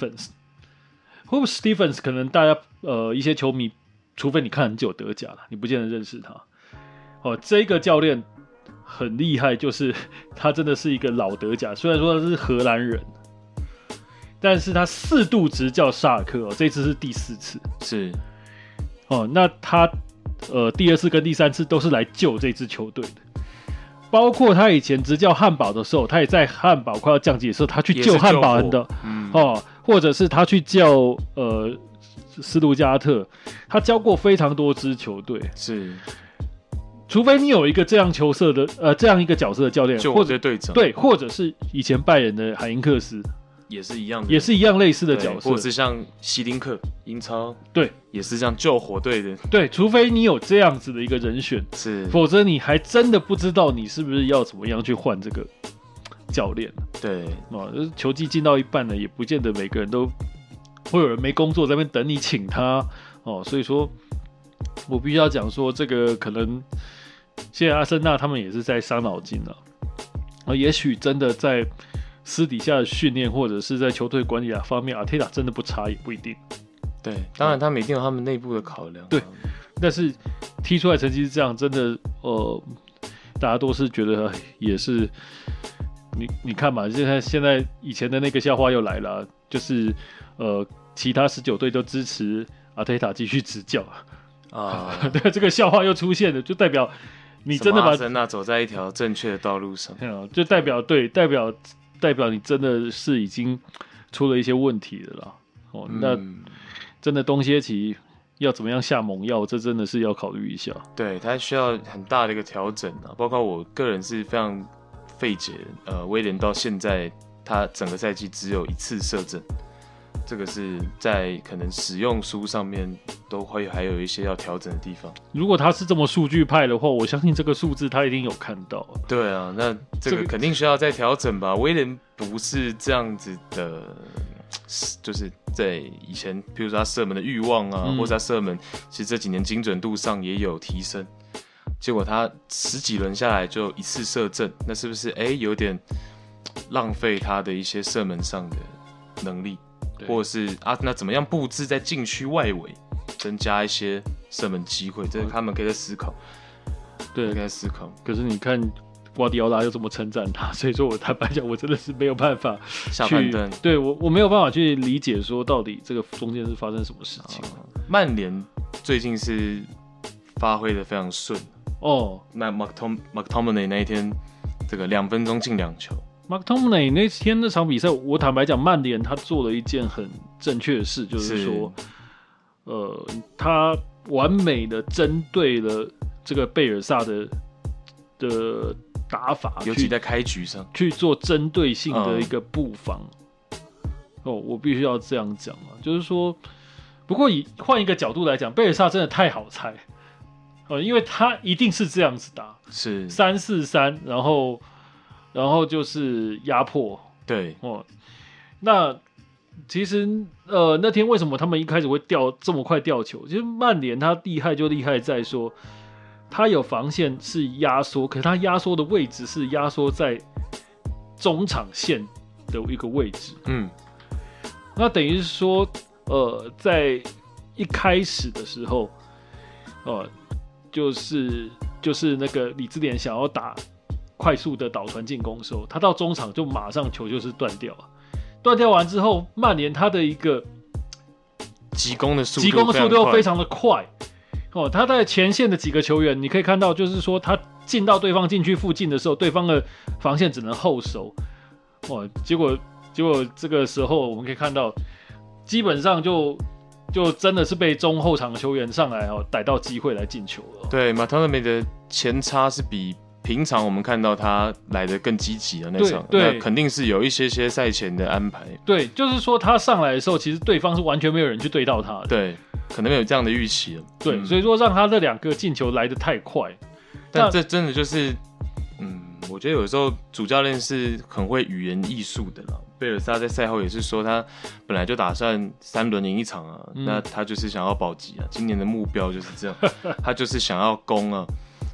Stevens。Hoop Stevens 可能大家呃一些球迷，除非你看很久德甲了，你不见得认识他。哦，这个教练很厉害，就是他真的是一个老德甲，虽然说他是荷兰人，但是他四度执教萨尔克哦，这次是第四次。 是哦，那他呃第二次跟第三次都是来救这支球队的。包括他以前执教汉堡的时候，他也在汉堡快要降级的时候，他去救汉堡人的，嗯、哦，或者是他去教呃斯图加特，他教过非常多支球队。 是， 除非你有一个这样球色的呃这样一个角色的教练， 或者队长， 对，或者是以前拜仁的海因克斯。 也是一样的， 也是一样类似的角色， 或者是像希丁克，英超对， 也是这样救火队的， 对，除非你有这样子的一个人选， 是， 否则你还真的不知道你是不是要怎么样去换这个教练。 对， 哦，球季进到一半了，也不见得每个人都会有人没工作在那边等你请他哦，所以说我必须要讲说，这个可能现在阿森纳他们也是在伤脑筋了，啊，也许真的在私底下的训练或者是在球队管理方面，阿特塔真的不差，也不一定。 对，当然他们一定有他们内部的考量。 对，但是踢出来成绩是这样，真的，呃，大家都是觉得也是，你你看嘛，现在现在以前的那个笑话又来了，就是呃，其他十九队都支持阿特塔继续执教啊，对，这个笑话又出现了，就代表你真的把阿森纳走在一条正确的道路上， 就代表对，代表。代表你真的是已经出了一些问题了啦，哦，嗯、那真的东歇期要怎么样下猛药，这真的是要考虑一下。 对，他需要很大的一个调整啊，包括我个人是非常费解，呃，威廉到现在他整个赛季只有一次射正，这个是在可能使用书上面都会还有一些要调整的地方。 如果他是这么数据派的话，我相信这个数字他一定有看到。 对啊，那这个肯定需要再调整吧。威廉不是这样子的，就是在以前，譬如说他射门的欲望啊，嗯、或者他射门，其实这几年精准度上也有提升。结果他十几轮下来就一次射正，那是不是哎、欸、有点浪费他的一些射门上的能力？或者是啊，那怎么样布置在禁区外围，增加一些射门机会？这个他们可以在思考。对，可以在思考。 可是你看，瓜迪奥拉又这么称赞他，所以说我坦白讲，我真的是没有办法下判断。 对我，我没有办法去理解说到底这个中间是发生什么事情。啊、 曼联最近是发挥的非常顺哦。那 McTominay 那一天，这个两分钟进两球。 McTominay 那天那场比赛，我坦白讲，曼联他做了一件很正确的事，就是说，是呃，他完美的针对了这个贝尔萨的的打法， 尤其在开局上去做针对性的一个布防。嗯、哦，我必须要这样讲啊，就是说，不过以换一个角度来讲，贝尔萨真的太好猜哦，因为他一定是这样子打， 是三四三，然后。然后就是压迫， 对哦。那其实呃那天为什么他们一开始会掉这么快掉球？其实曼联他厉害就厉害在说，他有防线是压缩，可是他压缩的位置是压缩在中场线的一个位置。嗯，那等于是说，呃，在一开始的时候，呃，就是就是那个李智联想要打。快速的导传进攻的时候，他到中场就马上球就是断掉了。断掉完之后，曼联他的一个急攻的速度， 急攻的速度非常的快。哦，他在前线的几个球员，你可以看到，就是说他进到对方禁区附近的时候，对方的防线只能后收。哦，结果结果这个时候我们可以看到，基本上就就真的是被中后场球员上来哦逮到机会来进球了。 对，马特梅的前插是比。平常我们看到他来的更积极的那场，那肯定是有一些些赛前的安排。 对，就是说他上来的时候，其实对方是完全没有人去对到他的。 对，可能没有这样的预期了。 对，嗯、所以说让他这两个进球来得太快。 但这真的就是，嗯，我觉得有时候主教练是很会语言艺术的啦。贝尔萨在赛后也是说，他本来就打算三轮赢一场啊，嗯、那他就是想要保级啊，今年的目标就是这样，他就是想要攻啊。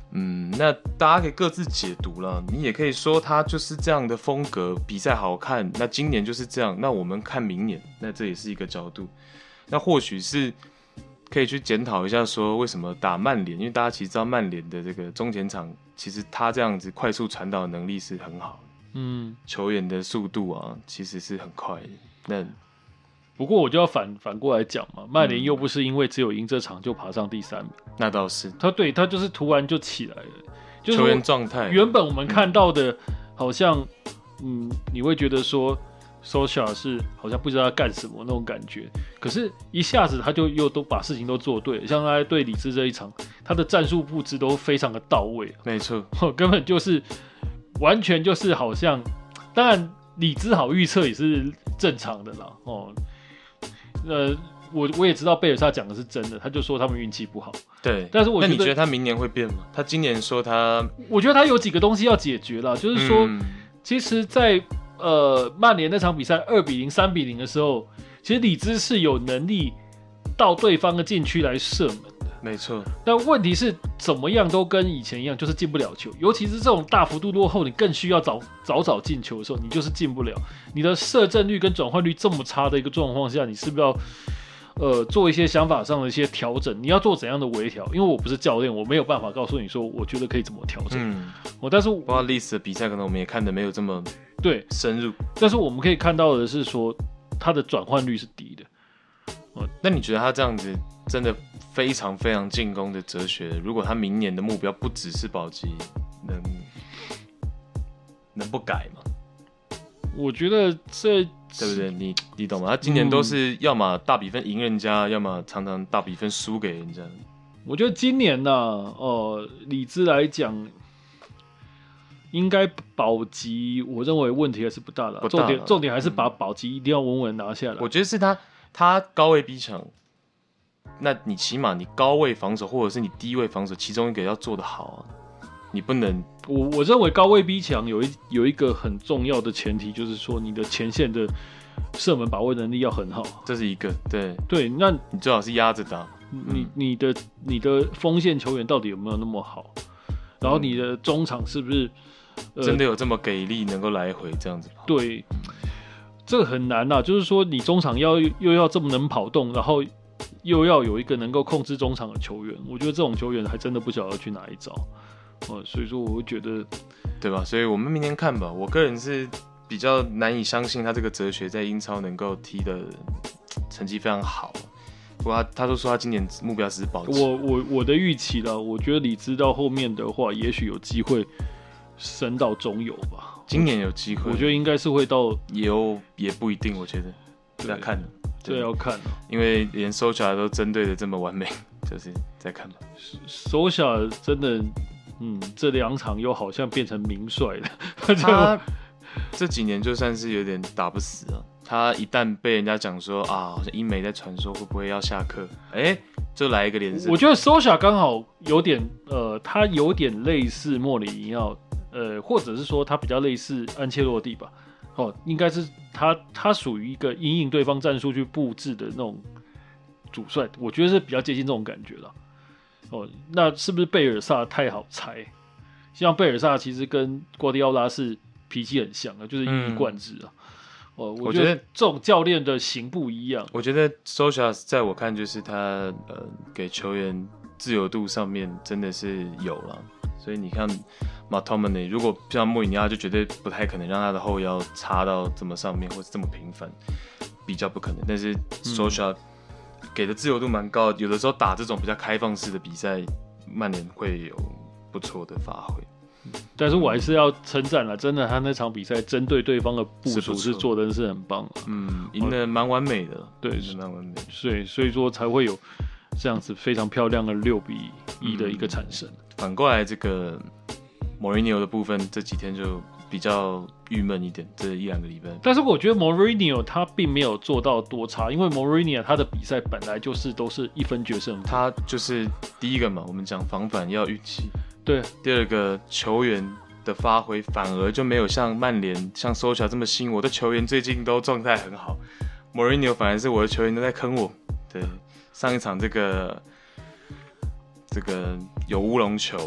嗯，那大家可以各自解读了。你也可以说他就是这样的风格，比赛好看。那今年就是这样，那我们看明年，那这也是一个角度。那或许是可以去检讨一下，说为什么打曼联？因为大家其实知道曼联的这个中前场，其实他这样子快速传导的能力是很好的。嗯，球员的速度啊，其实是很快的。那不过我就要反反过来讲嘛，曼联又不是因为只有赢这场就爬上第三名， 嗯、那倒是。 他对他就是突然就起来了，就是球员状态。 原本我们看到的，好像嗯，你会觉得说 Solskjaer 是好像不知道他干什么那种感觉，可是一下子他就又都把事情都做对了，像他对里兹这一场，他的战术布置都非常的到位， 没错， 根本就是完全就是好像，当然里兹好预测也是正常的啦，哦。呃，我我也知道贝尔萨讲的是真的，他就说他们运气不好。 对， 但是我觉得， 那你觉得他明年会变吗？他今年说他， 我觉得他有几个东西要解决啦，就是说，嗯、其实在，在呃曼联那场比赛二比零、三比零的时候，其实里兹是有能力到对方的禁区来射门的。 没错， 但问题是怎么样都跟以前一样，就是进不了球。尤其是这种大幅度落后，你更需要早早早进球的时候，你就是进不了。你的射正率跟转换率这么差的一个状况下，你是不是要呃做一些想法上的一些调整？你要做怎样的微调？因为我不是教练，我没有办法告诉你说，我觉得可以怎么调整。嗯，我但是包括历史的比赛，可能我们也看的没有这么对深入。 但是我们可以看到的是说，他的转换率是低的。 嗯，那你觉得他这样子真的非常非常进攻的哲学？如果他明年的目标不只是保级，能能不改吗？ 我觉得这对不对？你你懂吗？他今年都是要么大比分赢人家，嗯、要么常常大比分输给人家。 我觉得今年呢、啊，呃，里兹来讲，应该保级，我认为问题还是不大的。 不大重点重点还是把保级一定要稳稳拿下来。 我觉得是他他高位逼抢。那你起码你高位防守，或者是你低位防守，其中一个要做得好啊，你不能。 我我认为高位逼抢有一有一个很重要的前提，就是说你的前线的射门把握能力要很好， 这是一个对对。那你最好是压着打， 你你的你的锋线球员到底有没有那么好？然后你的中场是不是、 呃、真的有这么给力，能够来回这样子跑？ 对，这个很难啊，就是说你中场要又要这么能跑动，然后又要有一个能够控制中场的球员，我觉得这种球员还真的不晓得要去哪一招，呃，所以说我会觉得， 对吧？所以我们明天看吧。我个人是比较难以相信他这个哲学在英超能够踢的成绩非常好。不过他他都说他今年目标只是保级。 我我我的预期啦，我觉得里兹到后面的话，也许有机会升到中游吧。 今年有机会， 我觉得应该是会到， 有也不一定，我觉得要看。 这要看、啊、 因为连 Solskjaer 都针对的这么完美，就是再看吧。 Solskjaer 真的，嗯，这两场又好像变成名帅了。 他这几年就算是有点打不死啊。他一旦被人家讲说啊，好像英媒在传说会不会要下课，哎、欸，就来一个连胜。 我觉得 Solskjaer 刚好有点，呃，他有点类似莫里尼奥，呃，或者是说他比较类似安切洛蒂吧。哦，应该是他，他属于一个因应对方战术去布置的那种主帅，我觉得是比较接近这种感觉了。哦，那是不是贝尔萨太好猜？像贝尔萨其实跟瓜迪奥拉是脾气很像的，就是一以贯之啊。嗯、哦，我觉得这种教练的型不一样。 我觉得 Solskjaer 在我看就是他呃给球员自由度上面真的是有了。所以你看 ，McTominay 如果像莫里尼奥，就绝对不太可能让他的后腰插到这么上面，或是这么频繁，比较不可能。但是 Solskjaer 给的自由度蛮高的，有的时候打这种比较开放式的比赛，曼联会有不错的发挥。 但是我还是要称赞了，真的，他那场比赛针对对方的部署是做的是很棒、啊， 嗯，赢得蛮完美的， 对， 是蛮完美的， 所以所以说才会有这样子非常漂亮的六比一的一个产生。嗯反过来，这个莫里尼奥的部分这几天就比较郁闷一点，这一两个礼拜。 但是我觉得莫里尼奥他并没有做到多差，因为莫里尼奥他的比赛本来就是都是一分决胜负。 他就是第一个嘛，我们讲防反要运气。 对。 第二个球员的发挥反而就没有像曼联、像Solskjaer这么新。我的球员最近都状态很好，莫里尼奥反而是我的球员都在坑我。对，上一场这个。这个有乌龙球，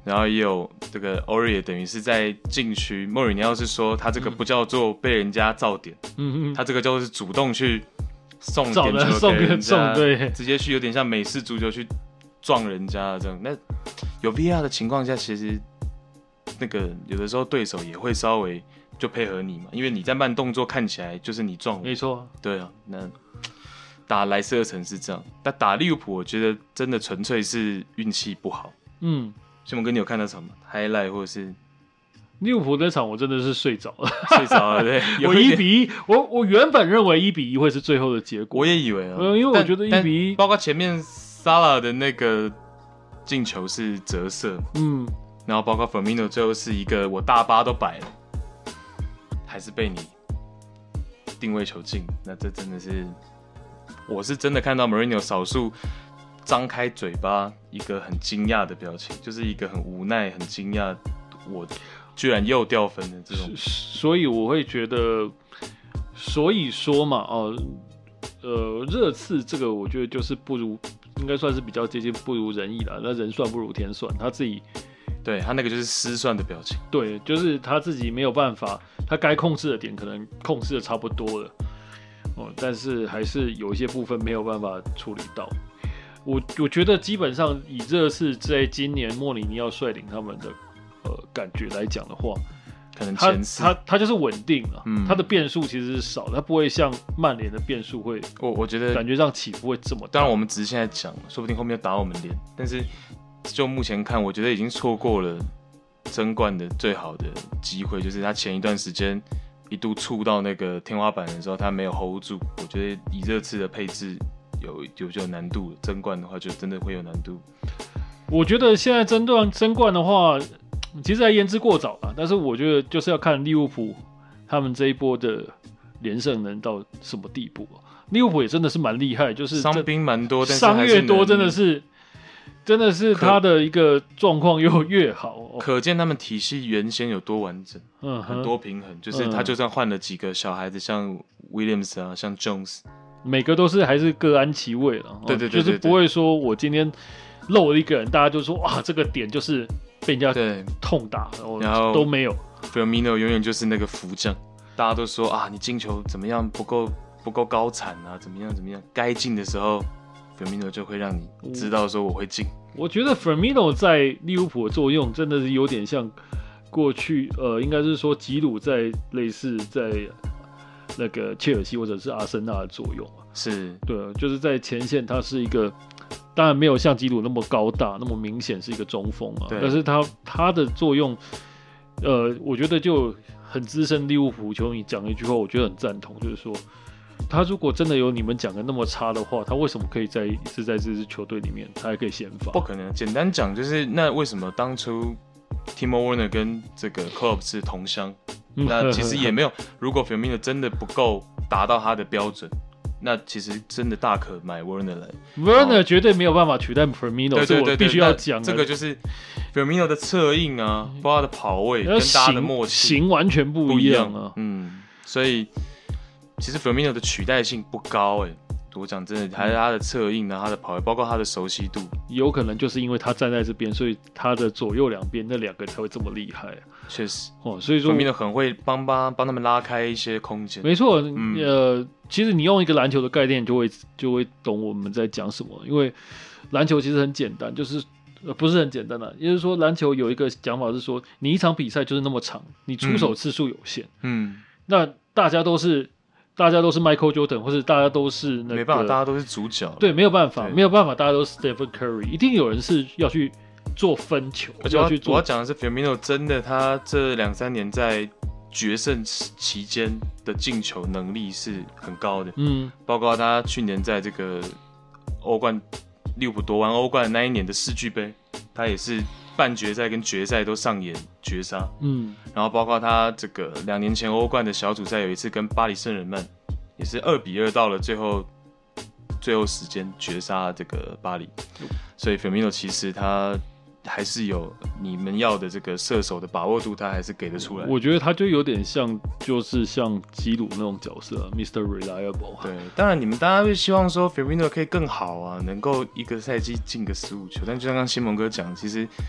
然后也有这个 Aurier 等于是在禁区，莫里尼奥是说他这个不叫做被人家造点，嗯嗯，他这个就是主动去送点球给人家， 对， 直接去有点像美式足球去撞人家这样。那有 V R 的情况下，其实那个有的时候对手也会稍微就配合你嘛，因为你在慢动作看起来就是你撞我， 没错， 对啊，那。打莱斯特城是这样，但打利物浦，我觉得真的纯粹是运气不好。嗯，西蒙哥，你有看那场吗 ？highlight 或者是利物浦那场，我真的是睡着了， 睡着了。对， 我一比一，我我原本认为一比一会是最后的结果， 我也以为啊， 因为我觉得一比一， 包括前面萨拉的那个进球是折射，嗯，然后包括 Firmino 最后是一个我大巴都摆了，还是被你定位球进，那这真的是。我是真的看到 Mourinho 少数张开嘴巴一个很惊讶的表情，就是一个很无奈、很惊讶，我居然又掉分的这种。 所以我会觉得，所以说嘛，哦，呃，热刺这个我觉得就是不如，应该算是比较接近不如人意啦。那人算不如天算，他自己对他那个就是失算的表情。 对，就是他自己没有办法，他该控制的点可能控制的差不多了。哦，但是还是有一些部分没有办法处理到。我我觉得基本上以热刺在今年莫里尼奥率领他们的呃感觉来讲的话， 可能前四他他他就是稳定了，嗯，他的变数其实是少，他不会像曼联的变数会， 我我觉得感觉上起伏会这么大。 当然我们只是现在讲，说不定后面要打我们脸，但是就目前看，我觉得已经错过了争冠的最好的机会，就是他前一段时间。一度触到那个天花板的时候，他没有 hold 住。我觉得以热刺的配置有有就有难度，争冠的话就真的会有难度。 我觉得现在争冠争冠的话，其实还言之过早啦。但是我觉得就是要看利物浦他们这一波的连胜能到什么地步、啊。利物浦也真的是蛮厉害，就是伤兵蛮多，但是伤越多真的是。真的是他的一个状况又越好、哦， 可见他们体系原先有多完整，嗯，很多平衡。就是他就算换了几个小孩子，像 Williams 啊，像 Jones， 每个都是还是各安其位了。 对对 对, 对， 就是不会说我今天漏了一个人，大家就说哇这个点就是被人家痛打，然后都没有。 Firmino 永远就是那个福将，大家都说啊你进球怎么样不够不够高产啊，怎么样怎么样，该进的时候。Firmino 就会让你知道说我会进。 我觉得 Firmino 在利物浦的作用真的是有点像过去，呃，应该是说吉鲁在类似在那个切尔西或者是阿森纳的作用啊。 是， 对，就是在前线他是一个，当然没有像吉鲁那么高大，那么明显是一个中锋啊，但是他他的作用，呃，我觉得就很资深利物浦球迷讲一句话，我觉得很赞同，就是说。他如果真的有你们讲的那么差的话，他为什么可以在是在这支球队里面，他还可以先发？ 不可能。简单讲就是，那为什么当初 Timo Werner 跟这个 Klopp 是同乡？那其实也没有。如果 Firmino 真的不够达到他的标准，那其实真的大可买 Werner 来。 Werner 绝对没有办法取代 Firmino， 对对对， 我必须要讲。 这个就是 Firmino 的策应啊，包括他的跑位跟大家的默契， 型完全不一样啊。 嗯，所以。其实 Firmino 的取代性不高哎、欸，我讲真的，还是他的策应啊，他的跑位，包括他的熟悉度， 有可能就是因为他站在这边，所以他的左右两边那两个才会这么厉害、啊。 确实哦，所以说 Firmino 很会帮帮帮他们拉开一些空间。 没错，嗯、呃，其实你用一个篮球的概念，就会就会懂我们在讲什么，因为篮球其实很简单，就是呃不是很简单的、啊，也就是说篮球有一个讲法是说，你一场比赛就是那么长，你出手次数有限，嗯，那大家都是。大家都是 Michael Jordan， 或者大家都是那个， 没办法，大家都是主角。 对，没有办法，没有办法，大家都是 Stephen Curry， 一定有人是要去做分球， 而且要去做。我要讲的是 Firmino 真的，他这两三年在决胜期间的进球能力是很高的。嗯，包括他去年在这个欧冠利物浦夺完欧冠的那一年的世俱杯，他也是。半决赛跟决赛都上演绝杀，嗯，然后包括他这个两年前欧冠的小组赛有一次跟巴黎圣日耳曼也是二比二到了最后最后时间绝杀这个巴黎，所以 Firmino 其实他还是有你们要的这个射手的把握度，他还是给得出来。 我觉得他就有点像，就是像基鲁那种角色 ，Mister Reliable。 对，当然你们大家会希望说 Firmino 可以更好啊，能够一个赛季进个十五球，但就像刚新蒙哥讲，其实。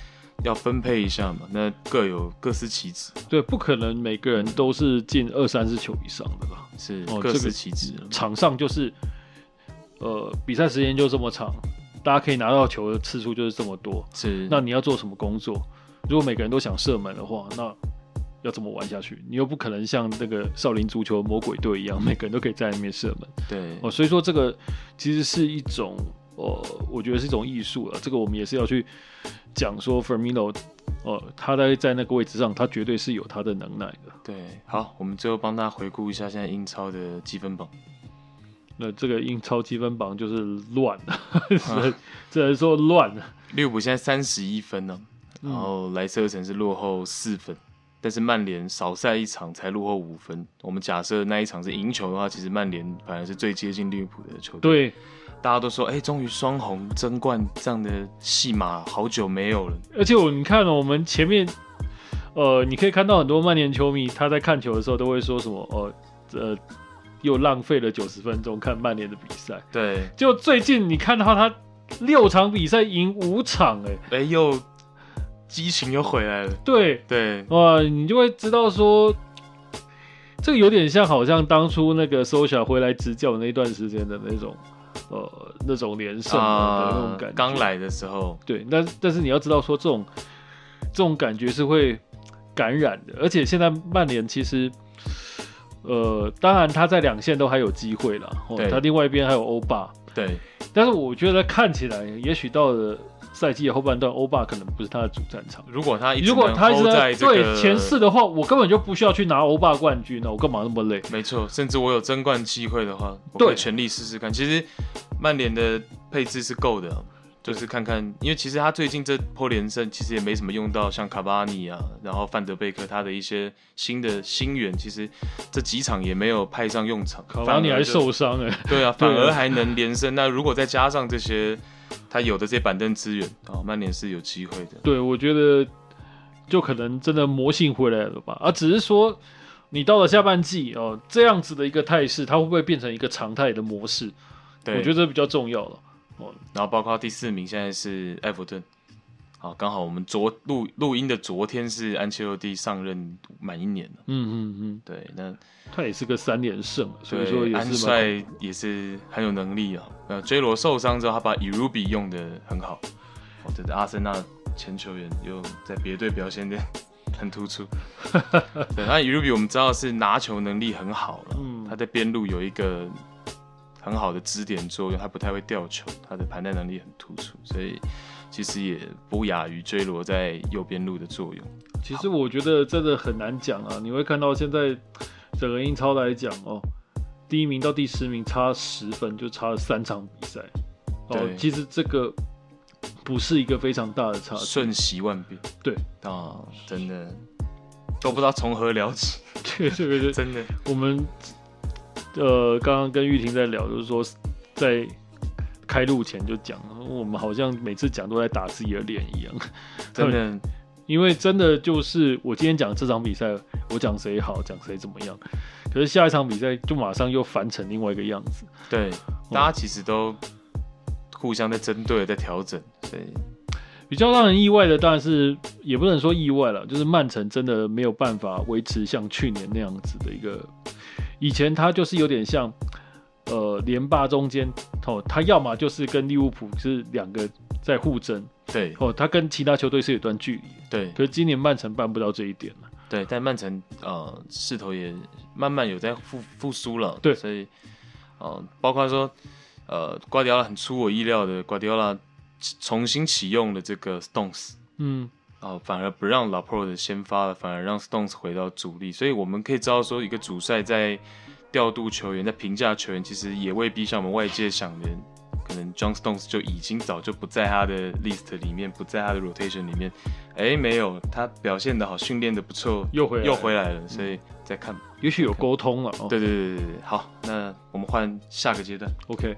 要分配一下嘛，那各有各司其职。 对，不可能每个人都是进二三十球以上的啦， 是各司其职、 哦。场上就是，呃，比赛时间就这么长，大家可以拿到球的次数就是这么多。 是， 那你要做什么工作？如果每个人都想射门的话，那要怎么玩下去？你又不可能像那个少林足球魔鬼队一样，每个人都可以在那边射门。 对， 哦，所以说这个其实是一种，呃，我觉得是一种艺术了。这个我们也是要去讲说 Firmino， 呃，他在在那个位置上，他绝对是有他的能耐的。 对，好，我们最后帮大家回顾一下现在英超的积分榜。 那这个英超积分榜就是乱了，啊、只能说乱了。 利物浦现在三十一分呢、啊，然后莱斯特城是落后四分。但是曼联少赛一场才落后五分。我们假设那一场是赢球的话，其实曼联反而是最接近利物浦的球队。 对， 大家都说，哎、欸，终于双红争冠这样的戏码好久没有了。 而且我你看、哦，我们前面，呃，你可以看到很多曼联球迷他在看球的时候都会说什么，哦，呃，又浪费了九十分钟看曼联的比赛。 对， 就最近你看到他六场比赛赢五场、欸，哎， 哎，又。激情又回来了， 对对， 哇，你就会知道说，这个有点像好像当初那个 Solskjaer 回来执教的那段时间的那种，呃，那种连胜的那种感觉。 刚、呃、来的时候， 对，但但是你要知道说，这种这种感觉是会感染的，而且现在曼联其实，呃，当然他在两线都还有机会啦，哦，他另外一边还有欧霸， 对， 但是我觉得看起来，也许到了赛季的后半段，欧霸可能不是他的主战场。 如果他一直如果他一直在、这个、 对前四的话，我根本就不需要去拿欧霸冠军了，我干嘛那么累？ 没错，甚至我有争冠机会的话，我可以全力试试看。其实曼联的配置是够的，就是看看，因为其实他最近这波连胜其实也没什么用到，像卡巴尼啊，然后范德贝克他的一些新的新援，其实这几场也没有派上用场。 卡巴尼还受伤哎， 对啊，反而还能连胜。那如果再加上这些。他有的这些板凳资源，哦，曼联是有机会的。 对，我觉得就可能真的魔性回来了吧？啊，只是说你到了下半季哦，这样子的一个态势，它会不会变成一个常态的模式？对，我觉得这比较重要了。哦， 然后包括第四名现在是埃弗顿，好，刚好我们昨录录音的昨天是安切洛蒂上任满一年了。 嗯嗯嗯， 对，那他也是个三连胜，所以说也是安帅也是很有能力啊。呃，J 罗受伤之后，他把 Irubi 用的很好。哦，这是阿森纳前球员又在别队表现的很突出。对，那 Irubi 我们知道是拿球能力很好了，嗯，他在边路有一个很好的支点作用，他不太会吊球，他的盘带能力很突出，所以其实也不亚于 J 罗在右边路的作用。 其实我觉得真的很难讲啊，你会看到现在整个英超来讲哦。第一名到第十名差十分，就差了三场比赛。哦，其实这个不是一个非常大的差距， 瞬息万变。 对啊，真的都不知道从何聊起。 对对对对， 真的。 我们呃刚刚跟玉婷在聊，就是说在开录前就讲，我们好像每次讲都在打自己的脸一样。 真的。 因为真的就是我今天讲这场比赛，我讲谁好，讲谁怎么样，可是下一场比赛就马上又翻成另外一个样子。 对，大家其实都互相在针对，在调整，所以比较让人意外的，当然是也不能说意外了，就是曼城真的没有办法维持像去年那样子的一个，以前他就是有点像呃连霸中间哦，他要么就是跟利物浦是两个在互争。 对哦，他跟其他球队是有段距离， 对。 可是今年曼城办不到这一点了。 对，但曼城呃势头也慢慢有在复复苏了， 对， 所以呃包括说呃瓜迪奥拉很出我意料的，瓜迪奥拉重新启用了这个 Stones， 嗯， 哦、呃、反而不让 Laporte 先发了，反而让 Stones 回到主力，所以我们可以知道说，一个主帅在调度球员、在评价球员，其实也未必像我们外界想的。可能 John Stones 就已经早就不在他的 list 里面，不在他的 rotation 里面。哎，没有，他表现得好，训练得不错， 又回来了又回来了，所以再看， 也许有沟通了。哦、 对对对对对，好，那我们换下个阶段。 OK。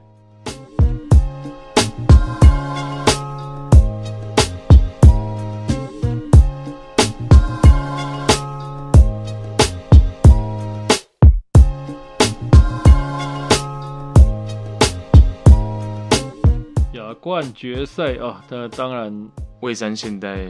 冠决赛啊，那当然， 蔚山现代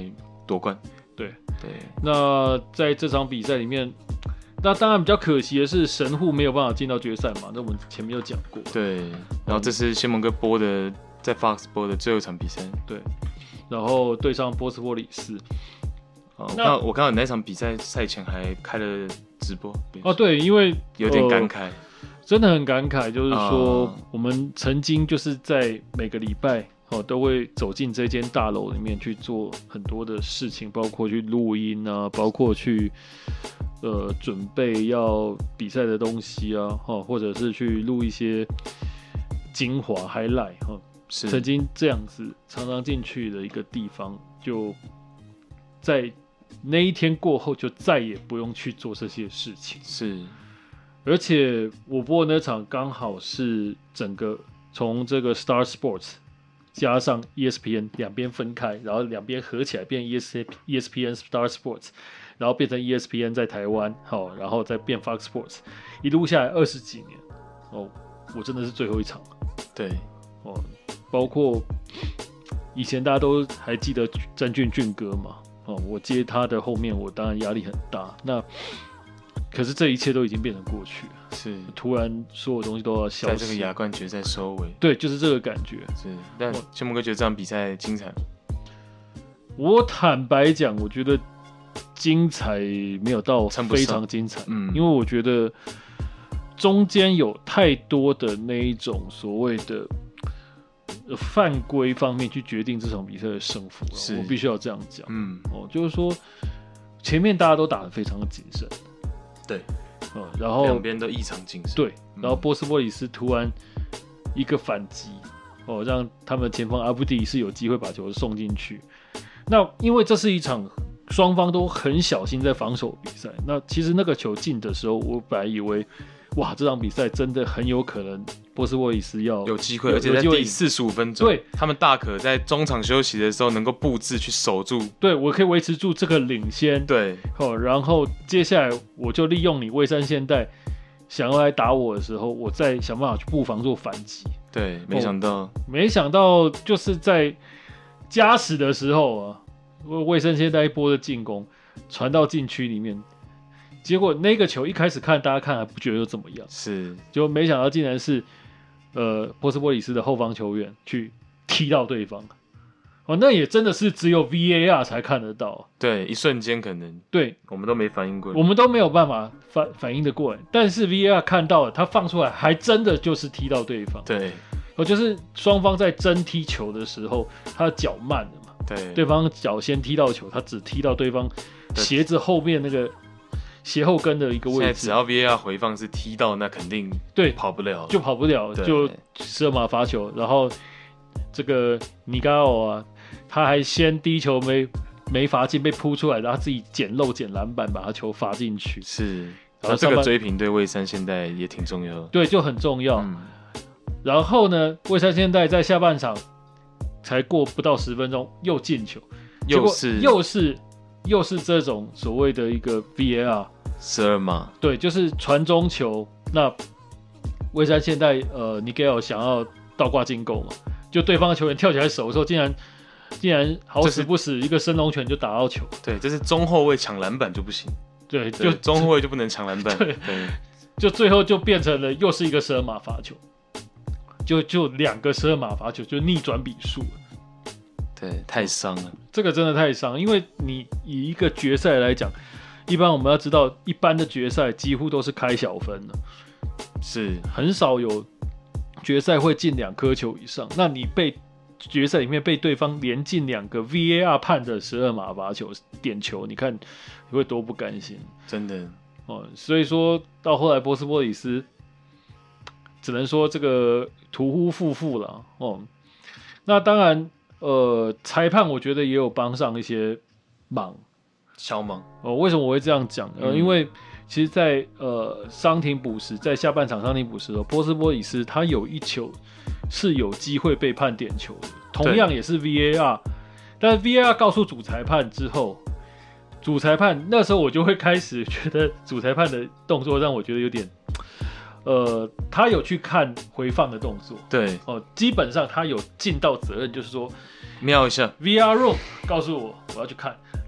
夺冠。 对对， 那在这场比赛里面，那当然比较可惜的是神户没有办法进到决赛嘛，那我们前面有讲过。 对，然后这是谢蒙哥播的，在 Fox 播的最后一场比赛。 对，然后对上波斯波里斯。 哦，我看我看到你那场比赛赛前还开了直播。 哦，对，因为有点感慨、呃， 真的很感慨，就是说、uh, 我们曾经就是在每个礼拜。哦，都会走进这间大楼里面去做很多的事情，包括去录音啊，包括去呃准备要比赛的东西啊，哦，或者是去录一些精华 highlight 哈，是曾经这样子常常进去的一个地方，就在那一天过后就再也不用去做这些事情。 是， 而且我播的那场刚好是整个从这个 Star Sports。加上 E S P N 两边分开，然后两边合起来变 E S P N Star Sports， 然后变成 E S P N 在台湾，好，然后再变 Fox Sports， 一路下来二十几年，哦，我真的是最后一场。 对， 哦，包括以前大家都还记得詹俊俊哥嘛，哦，我接他的后面，我当然压力很大。那可是这一切都已经变成过去了， 是突然所有东西都要消失， 在这个亚冠决赛收尾。 对，就是这个感觉。 是，但谢蒙哥觉得这场比赛精彩。 我坦白讲，我觉得精彩没有到非常精彩，嗯，因为我觉得中间有太多的那一种所谓的犯规方面去决定这场比赛的胜负，我必须要这样讲，嗯，哦，就是说前面大家都打得非常的谨慎。 对， 嗯，然后两边都异常谨慎。 对，然后波斯波里斯突然一个反击，哦，让他们前锋阿布蒂是有机会把球送进去。那因为这是一场双方都很小心在防守比赛，那其实那个球进的时候，我本来以为，哇，这场比赛真的很有可能波斯波里斯要有机会，而且在第四十五分钟，对，他们大可在中场休息的时候能够布置去守住， 对我可以维持住这个领先， 对， 哦，然后接下来我就利用你蔚山现代想要来打我的时候，我再想办法去布防做反击。 对，没想到，哦、 没想到就是在加时的时候啊，蔚山现代一波的进攻传到禁区里面。结果那个球一开始看，大家看还不觉得有怎么样， 是， 结果没想到竟然是，呃，波斯波里斯的后方球员去踢到对方，哦，那也真的是只有 V A R 才看得到， 对，一瞬间可能， 对， 我们都没反应过来， 我们都没有办法反反应得过来，但是 V A R 看到了，他放出来还真的就是踢到对方， 对， 哦，就是双方在争踢球的时候，他的脚慢了嘛， 对， 对方脚先踢到球，他只踢到对方鞋子后面那个。斜后跟的一个位置， 现在只要 V A R 回放是踢到，那肯定对跑不了， 就跑不了，就射马罚球。然后这个尼加奥啊，他还先第一球没没罚进，被扑出来，然后他自己捡漏捡篮板，把他球罚进去。 是，然后这个追平对蔚山现代也挺重要的， 对，就很重要。嗯、然后呢，蔚山现代在下半场才过不到十分钟又进球， 又是又是又是这种所谓的一个 V A R。 十二码， 对，就是传中球。那蔚山现代呃，尼盖尔想要倒挂进攻嘛，就对方的球员跳起来守的时候，竟然竟然好死不死一个升龙拳就打到球。 对，这是中后卫抢篮板就不行。 对，就中后卫就不能抢篮板。 对，对就最后就变成了又是一个十二码罚球，就就两个十二码罚球就逆转比数了。 对，太伤了， 这个真的太伤，因为你以一个决赛来讲。一般我们要知道，一般的决赛几乎都是开小分的， 是很少有决赛会进两颗球以上。那你被决赛里面被对方连进两个 V A R 判的十二码罚球点球，你看你会多不甘心？ 真的哦，所以说到后来波斯波里斯只能说这个屠夫夫妇了哦。那当然，呃，裁判我觉得也有帮上一些忙。 小忙哦，为什么我会这样讲？呃，嗯、因为其实在，在呃伤停补时，在下半场伤停补时的时候，波斯波里斯他有一球是有机会被判点球的，同样也是 V A R， 但是 V A R 告诉主裁判之后，主裁判那时候我就会开始觉得主裁判的动作让我觉得有点，呃，他有去看回放的动作， 对哦，基本上他有尽到责任，就是说瞄一下 V R room 告诉我我要去看。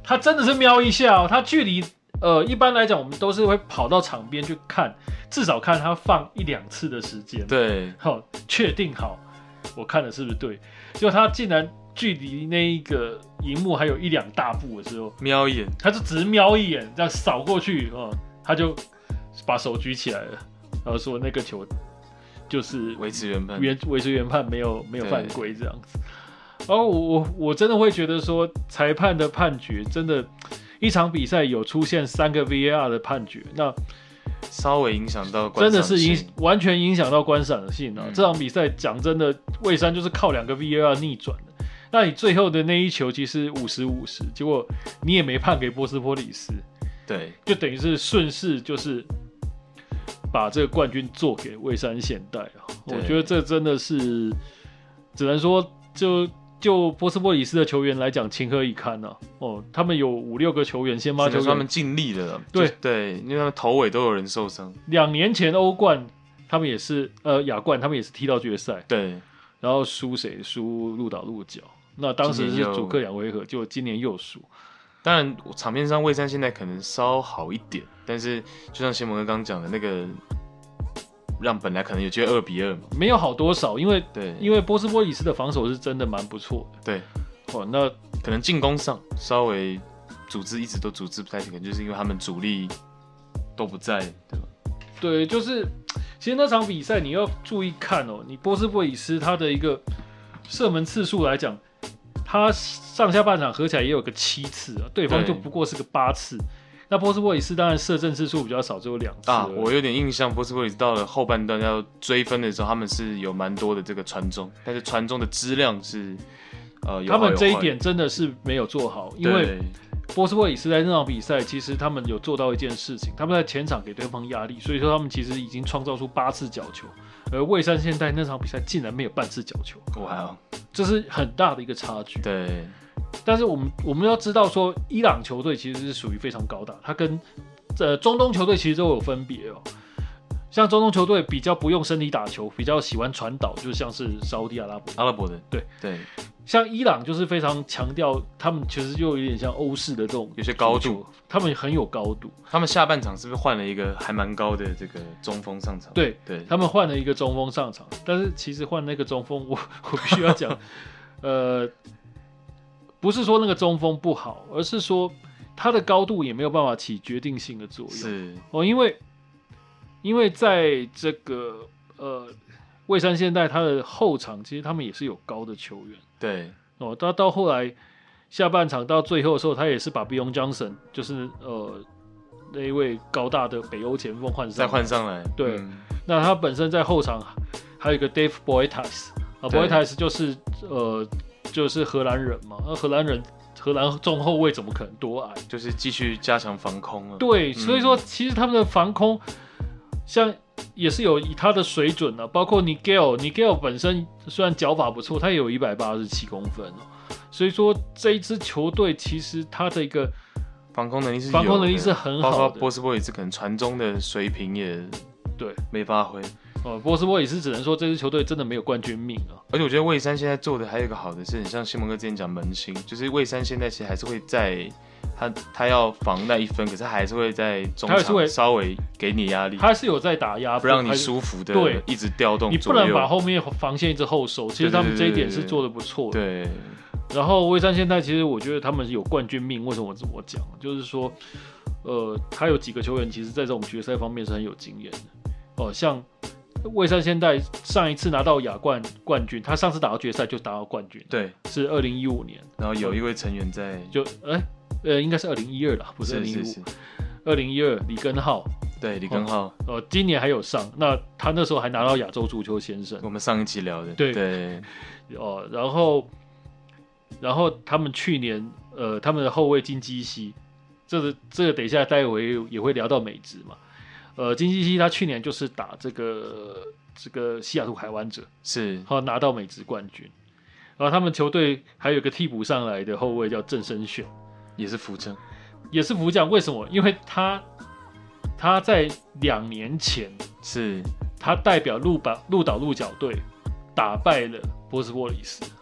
他真的是瞄一下哦，他距离呃一般来讲我们都是会跑到场边去看，至少看他放一两次的时间， 对， 好确定好我看的是不是对，结果他竟然距离那一个荧幕还有一两大步的时候， 瞄一眼， 他就只是瞄一眼，这样扫过去哦，他就把手举起来了，然后说那个球就是维持原判， 原维持原判没有没有犯规这样子。然后我我我真的会觉得说，裁判的判决真的，一场比赛有出现三个 V A R 的判决，那稍微影响到观赏性， 真的是影完全影响到观赏性啊！嗯、这场比赛讲真的，蔚山就是靠两个 V A R 逆转的。那你最后的那一球其实五十五十，结果你也没判给波斯波里斯， 对， 就等于是顺势就是把这个冠军做给蔚山现代啊！我觉得这真的是只能说就。就波斯波里斯的球员来讲，情何以堪啊！哦，他们有五六个球员，先发球员， 他们尽力了。 对对，因为他们头尾都有人受伤。 两年前欧冠，他们也是呃亚冠，他们也是踢到决赛。 对， 然后输谁？输鹿岛鹿角。那当时是主客两回合，就今年又输。 当然，场面上蔚山现在可能稍好一点，但是就像先蒙哥刚刚讲的那个。让本来可能有机会二比二嘛， 没有好多少，因为对， 因为波斯波里斯的防守是真的蛮不错的。 对， 哇，那可能进攻上稍微组织一直都组织不太起来，就是因为他们主力都不在，对吧？ 对，就是其实那场比赛你要注意看哦，你波斯波里斯他的一个射门次数来讲，他上下半场合起来也有个七次啊，对方就不过是个八次。那波斯波里斯当然射正次数比较少，只有两次啊。我有点印象，波斯波里斯到了后半段要追分的时候，他们是有蛮多的这个传中，但是传中的质量是呃有好有坏， 他们这一点真的是没有做好，因为波斯波里斯在那场比赛其实他们有做到一件事情，他们在前场给对方压力，所以说他们其实已经创造出八次角球，而蔚山现代那场比赛竟然没有半次角球， 哇， 这是很大的一个差距。 对。 但是我们我们要知道说，伊朗球队其实是属于非常高大，它跟呃中东球队其实都有分别哦。像中东球队比较不用身体打球，比较喜欢传导，就像是沙烏地阿拉伯。 阿拉伯的， 对对。 像伊朗就是非常强调，他们其实就有点像欧式的这种有些高度， 他们很有高度。 他们下半场是不是换了一个还蛮高的这个中锋上场？ 对对， 他们换了一个中锋上场，但是其实换那个中锋，我我必须要讲，呃。不是说那个中锋不好，而是说他的高度也没有办法起决定性的作用。 是哦，因为因为在这个呃蔚山现代他的后场，其实他们也是有高的球员。 对哦，到到后来下半场到最后的时候，他也是把 Bjorn Johnson 就是呃那一位高大的北欧前锋换上， 再换上来。 对， 嗯、 那他本身在后场还有一个 Dave Boytas 啊 ，Boytas 就是呃。就是荷兰人嘛，那荷兰人，荷兰中后卫怎么可能多矮？ 就是继续加强防空了。 对， 嗯、 所以说其实他们的防空，像也是有以他的水准啊，包括 Nigel，Nigel 本身虽然脚法不错，他也有一百八十七公分哦，所以说这一支球队其实他的一个防空能力是有的防空能力是很好的， 包括波斯波里斯可能传中的水平也对没发挥。 哦，波斯波里斯只能说这支球队真的没有冠军命啊！ 而且我觉得蔚山现在做的还有一个好的是，很像西蒙哥之前讲门兴，就是蔚山现在其实还是会在他他要防那一分，可是他还是会在中场稍微给你压力， 他是有在打压， 不让你舒服的一直调动， 你不能把后面防线一直后收。其实他们这一点是做的不错的。 对。 然后蔚山现在其实我觉得他们有冠军命，为什么我这么讲？就是说，呃，他有几个球员其实在这种决赛方面是很有经验的哦，像。蔚山现代上一次拿到亚冠冠军，他上次打到决赛就打到冠军， 对， 是二零一五年。 然后有一位成员在， 就哎呃，应该是二零一二啦，不是二零一五，二零一二李根浩， 对，李根浩， 哦、呃，今年还有上，那他那时候还拿到亚洲足球先生， 我们上一期聊的， 对对， 哦，然后然后他们去年呃，他们的后卫金基熙，这个这个等一下待会也会聊到美职嘛。呃，金基熙他去年就是打这个这个西雅图海湾者， 是， 好拿到美职冠军。然后他们球队还有一个替补上来的后卫叫郑生炫， 也是福将， 也是福将。为什么？因为他他在两年前是他代表鹿岛鹿岛鹿角队打败了波斯波里斯，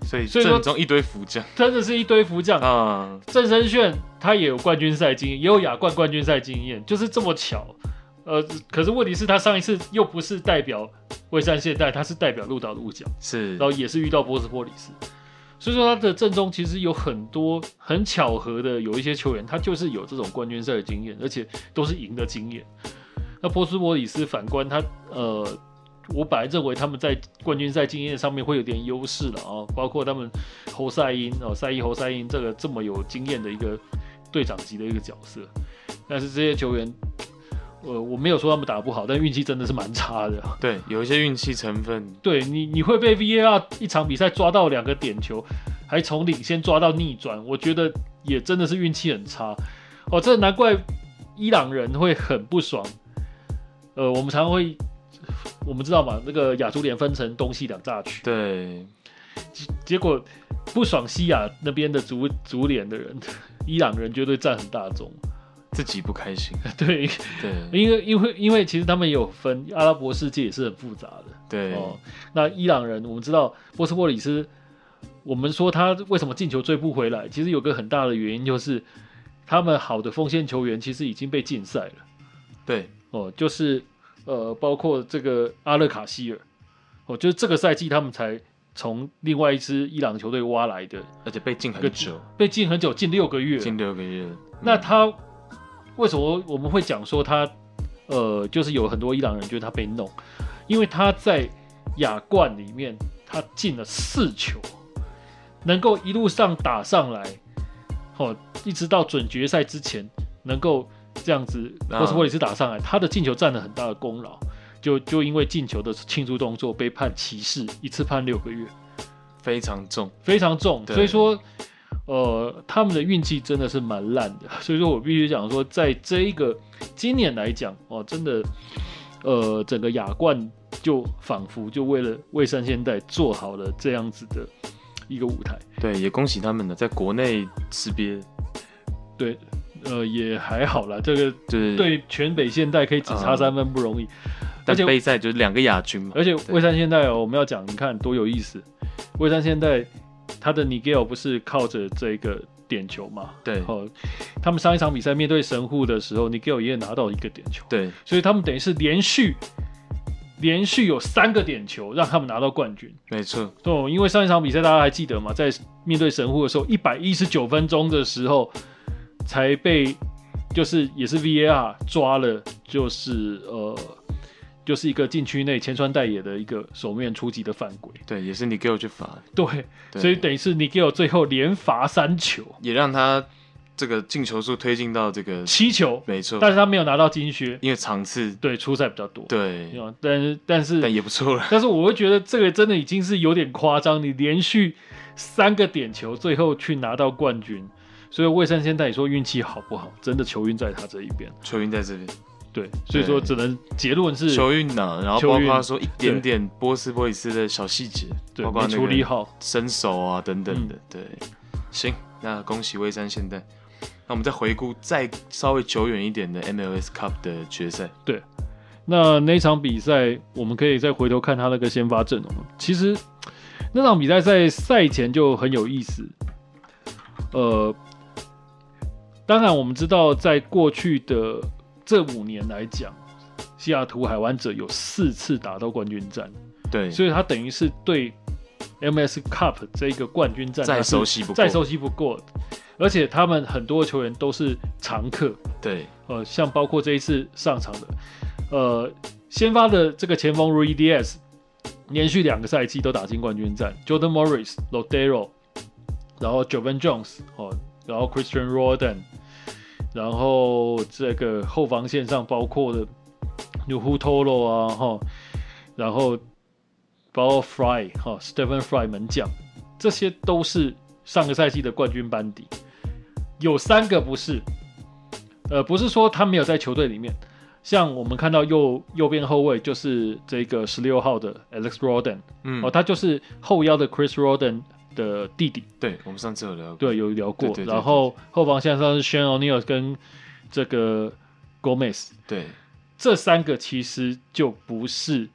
所以阵中一堆福将， 真的是一堆福将啊。 郑生炫他也有冠军赛经验，也有亚冠冠军赛经验，就是这么巧。呃，可是问题是，他上一次又不是代表蔚山现代，他是代表鹿岛鹿角， 是， 然后也是遇到波斯波里斯，所以说他的阵中其实有很多很巧合的，有一些球员他就是有这种冠军赛的经验，而且都是赢的经验。那波斯波里斯反观他，呃，我本来认为他们在冠军赛经验上面会有点优势了啊，包括他们侯赛因哦，赛伊侯赛因这个这么有经验的一个队长级的一个角色，但是这些球员。呃，我没有说他们打不好，但运气真的是蛮差的。 对，有一些运气成分。 对你，你会被 V A R 一场比赛抓到两个点球，还从领先抓到逆转，我觉得也真的是运气很差。哦，这难怪伊朗人会很不爽。呃，我们常常会，我们知道嘛，那个亚足联分成东西两大区。 对。 结果不爽西亚那边的足足联的人，伊朗人绝对占很大宗。 自己不开心， 对对， 因为因为因为其实他们也有分，阿拉伯世界也是很复杂的， 对哦。那伊朗人，我们知道波斯波里斯，我们说他为什么进球追不回来，其实有个很大的原因就是他们好的锋线球员其实已经被禁赛了， 对， 哦，就是呃，包括这个阿勒卡希尔，哦，就是这个赛季他们才从另外一支伊朗球队挖来的， 而且被禁很久， 被禁很久，禁六个月， 禁六个月， 那他。嗯为什么我们会讲说他，呃，就是有很多伊朗人觉得他被弄，因为他在亚冠里面他进了四球，能够一路上打上来，哦，一直到准决赛之前能够这样子波斯波里斯打上来，他的进球占了很大的功劳，就就因为进球的庆祝动作被判歧视，一次判六个月， 非常重， 非常重，所以说。呃，他们的运气真的是蛮烂的，所以说我必须讲说，在这一个今年来讲，哦，真的，呃，整个亚冠就仿佛就为了蔚山现代做好了这样子的一个舞台。 对，也恭喜他们了，在国内吃瘪。 对，呃，也还好啦，这个对对全北现代可以只差三分不容易， 嗯、但杯赛就是两个亚军嘛。 而且蔚山现代、哦、我们要讲，你看多有意思，蔚山现代。他的 Nigel 不是靠着这个点球嘛？ 对、 哦，他们上一场比赛面对神户的时候 ，Nigel 也拿到一个点球。 对， 所以他们等于是连续连续有三个点球，让他们拿到冠军。 没错， 哦，因为上一场比赛大家还记得嘛，在面对神户的时候，一百一十九分钟的时候才被就是也是 V A R 抓了，就是呃。就是一个禁区内千川代野的一个手面出击的犯规， 对，也是 Nigel 去罚， 对，对所以等于是 Nigel 最后连罚三球， 也让他这个进球数推进到这个七球， 没错， 但是他没有拿到金靴， 因为场次对出赛比较多， 对， 但是但是但也不错了， 但是我会觉得这个真的已经是有点夸张，你连续三个点球，最后去拿到冠军，所以蔚山现在你说运气好不好？真的球运在他这一边， 球运在这边。 对，所以说只能结论是球运呢，然后包括说一点点波斯波里斯的小细节，包括处理好身手啊等等的， 嗯、 对，行，那恭喜蔚山现代。那我们再回顾再稍微久远一点的 M L S Cup 的决赛， 对，那那场比赛我们可以再回头看他那个先发阵容，其实那场比赛在赛前就很有意思，呃，当然我们知道在过去的这五年来讲，西雅图海湾者有四次打到冠军战， 对， 所以他等于是对 M S Cup 这个冠军战再熟悉不过， 再熟悉不过，而且他们很多球员都是常客， 对， 呃，像包括这一次上场的，呃，先发的这个前锋 Rui Diaz， 连续两个赛季都打进冠军战 ，Jordan Morris、Lodero， 然后 Jovan Jones， 哦，然后 Christian Roldan。然后这个后防线上包括的 Nuhu Tolo 啊，哈，然后包括 Fry 哈 ，Stephen Fry 门将，这些都是上个赛季的冠军班底。有三个不是，呃，不是说他没有在球队里面，像我们看到右右边后卫就是这个十六号的 Alex Roldan， 嗯，哦，他就是后腰的 Chris Roldan。的弟弟， 对我们上次有聊过， 对，有聊过。 对对对对， 然后后防线上是 Shane O'Neal 跟这个 Gomez， 对， 这三个其实就不是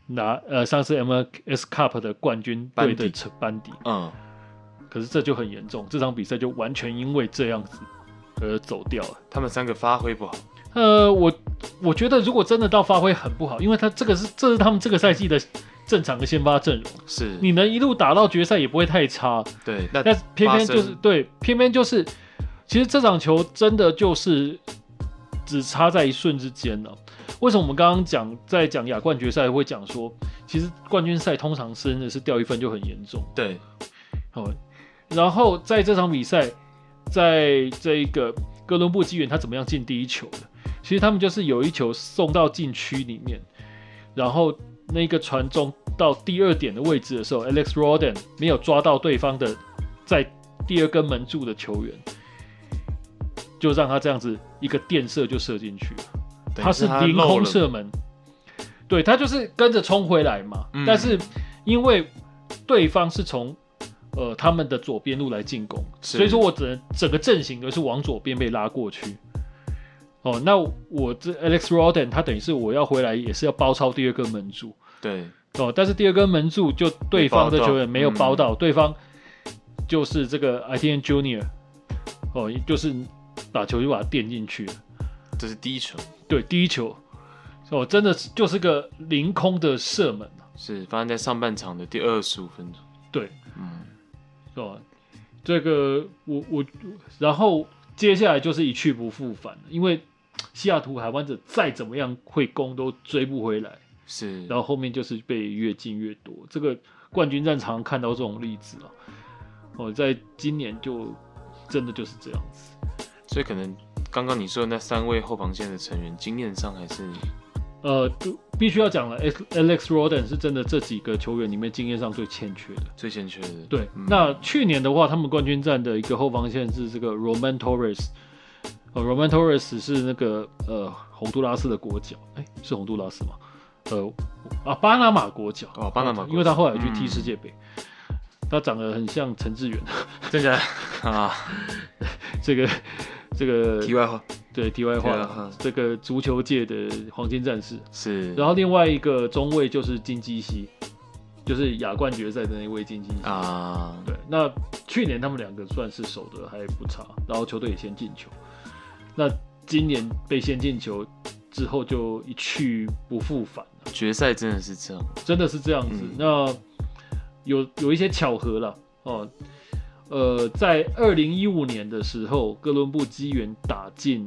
拿呃上次 M L S Cup 的冠军队的班底， 嗯， 可是这就很严重，这场比赛就完全因为这样子而走掉了。 他们三个发挥不好。 呃，我我觉得如果真的到发挥很不好，因为他这个是这是他们这个赛季的正常的先发阵容， 是你能一路打到决赛也不会太差。 对，那但偏偏就是对，偏偏就是，其实这场球真的就是只差在一瞬之间了。为什么我们刚刚讲在讲亚冠决赛会讲说，其实冠军赛通常真的是掉一分就很严重。 对， 好，然后在这场比赛，在这一个哥伦布机缘他怎么样进第一球的？其实他们就是有一球送到禁区里面，然后那个传中到第二点的位置的时候 ，Alex Roldan 没有抓到对方的在第二根门柱的球员，就让他这样子一个垫射就射进去了。他是凌空射门，对他就是跟着冲回来嘛。嗯、但是因为对方是从呃他们的左边路来进攻，所以说我整整个阵型都是往左边被拉过去。哦，那我这 Alex Roldan 他等于是我要回来也是要包抄第二根门柱。 对。 哦，但是第二根门柱就对方的球员没有包到，嗯、对方就是这个 Etienne Junior 哦，就是把球就把它垫进去了。 这是第一球。 对，第一球哦，真的就是个凌空的射门、啊、 是发生在上半场的第二十五分钟。 对，嗯，哦，这个我我，然后接下来就是一去不复返了，因为西雅图海湾者再怎么样会攻都追不回来。 是， 然后后面就是被越进越多，这个冠军战常常看到这种例子啊。哦，在今年就真的就是这样子， 所以可能刚刚你说的那三位后防线的成员，经验上还是呃，必须要讲了 ，Alex Roldan 是真的这几个球员里面经验上最欠缺的， 最欠缺的。 对，嗯、那去年的话，他们冠军战的一个后防线是这个 Roman Torres， 呃 ，Roman Torres 是那个呃洪都拉斯的国脚，哎，是洪都拉斯吗？呃啊，巴拿马国脚哦，巴拿马国脚， 因为他后来有去踢世界杯，嗯、他长得很像陈志远， 真的啊， 这个这个题外话， 对题外话，这个足球界的黄金战士是， 然后另外一个中卫就是金基希，就是亚冠决赛的那位金基希啊， 对，那去年他们两个算是守的还不差，然后球队也先进球，那今年被先进球之后就一去不复返了。 决赛真的是这样， 真的是这样子。嗯、那有有一些巧合啦，哦，呃，在二零一五年的时候，哥伦布机缘打进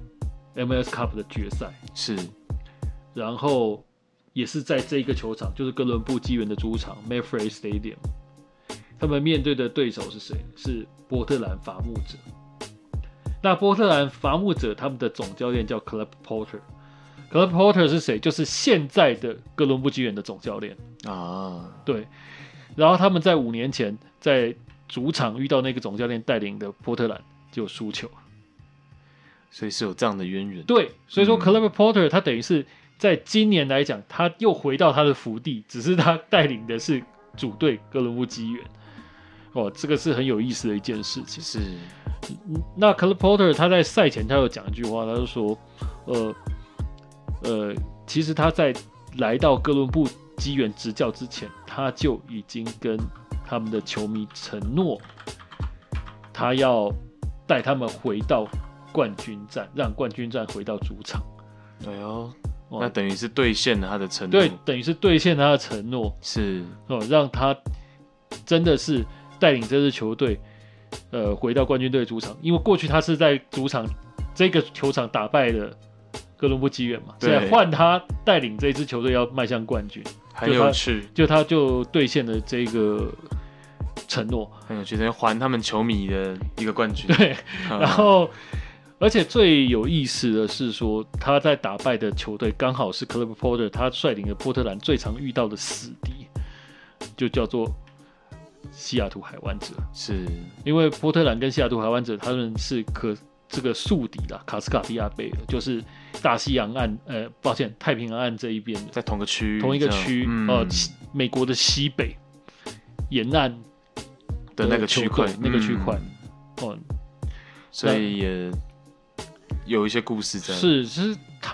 M L S Cup 的决赛， 是， 然后也是在这一个球场，就是哥伦布机缘的主场 Mayfrey Stadium， 他们面对的对手是谁？是波特兰伐木者。那波特兰伐木者他们的总教练叫 Club Porter。Club Porter 是谁？就是现在的哥伦布机缘的总教练啊。对， 然后他们在五年前在主场遇到那个总教练带领的波特兰就输球， 所以是有这样的渊源。 对，所以说 Club Porter 他等于是在今年来讲，他又回到他的福地，只是他带领的是主队哥伦布机缘。哦，这个是很有意思的一件事情。 是， 那 Club Porter 他在赛前他有讲一句话，他就说，呃。呃，其实他在来到哥伦布机缘执教之前，他就已经跟他们的球迷承诺，他要带他们回到冠军战，让冠军战回到主场。 对哦，哦那等于是兑现了他的承诺。 对，等于是兑现他的承诺， 是哦，让他真的是带领这支球队，呃，回到冠军队主场。因为过去他是在主场这个球场打败了哥伦布机缘嘛，现在换他带领这支球队要迈向冠军， 很有趣， 就他就兑现了这个承诺， 很有趣，等于还他们球迷的一个冠军。 对，然后而且最有意思的是说，他在打败的球队刚好是 Club Porter 他率领的波特兰最常遇到的死敌，就叫做西雅图海湾者。 是因为波特兰跟西雅图海湾者他们是可这个宿敌啦，卡斯卡迪亚贝尔就是大西洋岸，呃，抱歉，太平洋岸这一边的， 在同个区， 同一个区，嗯、呃，美国的西北沿岸的那个区块， 那个区块，嗯、哦， 所以也有一些故事在。 是，是他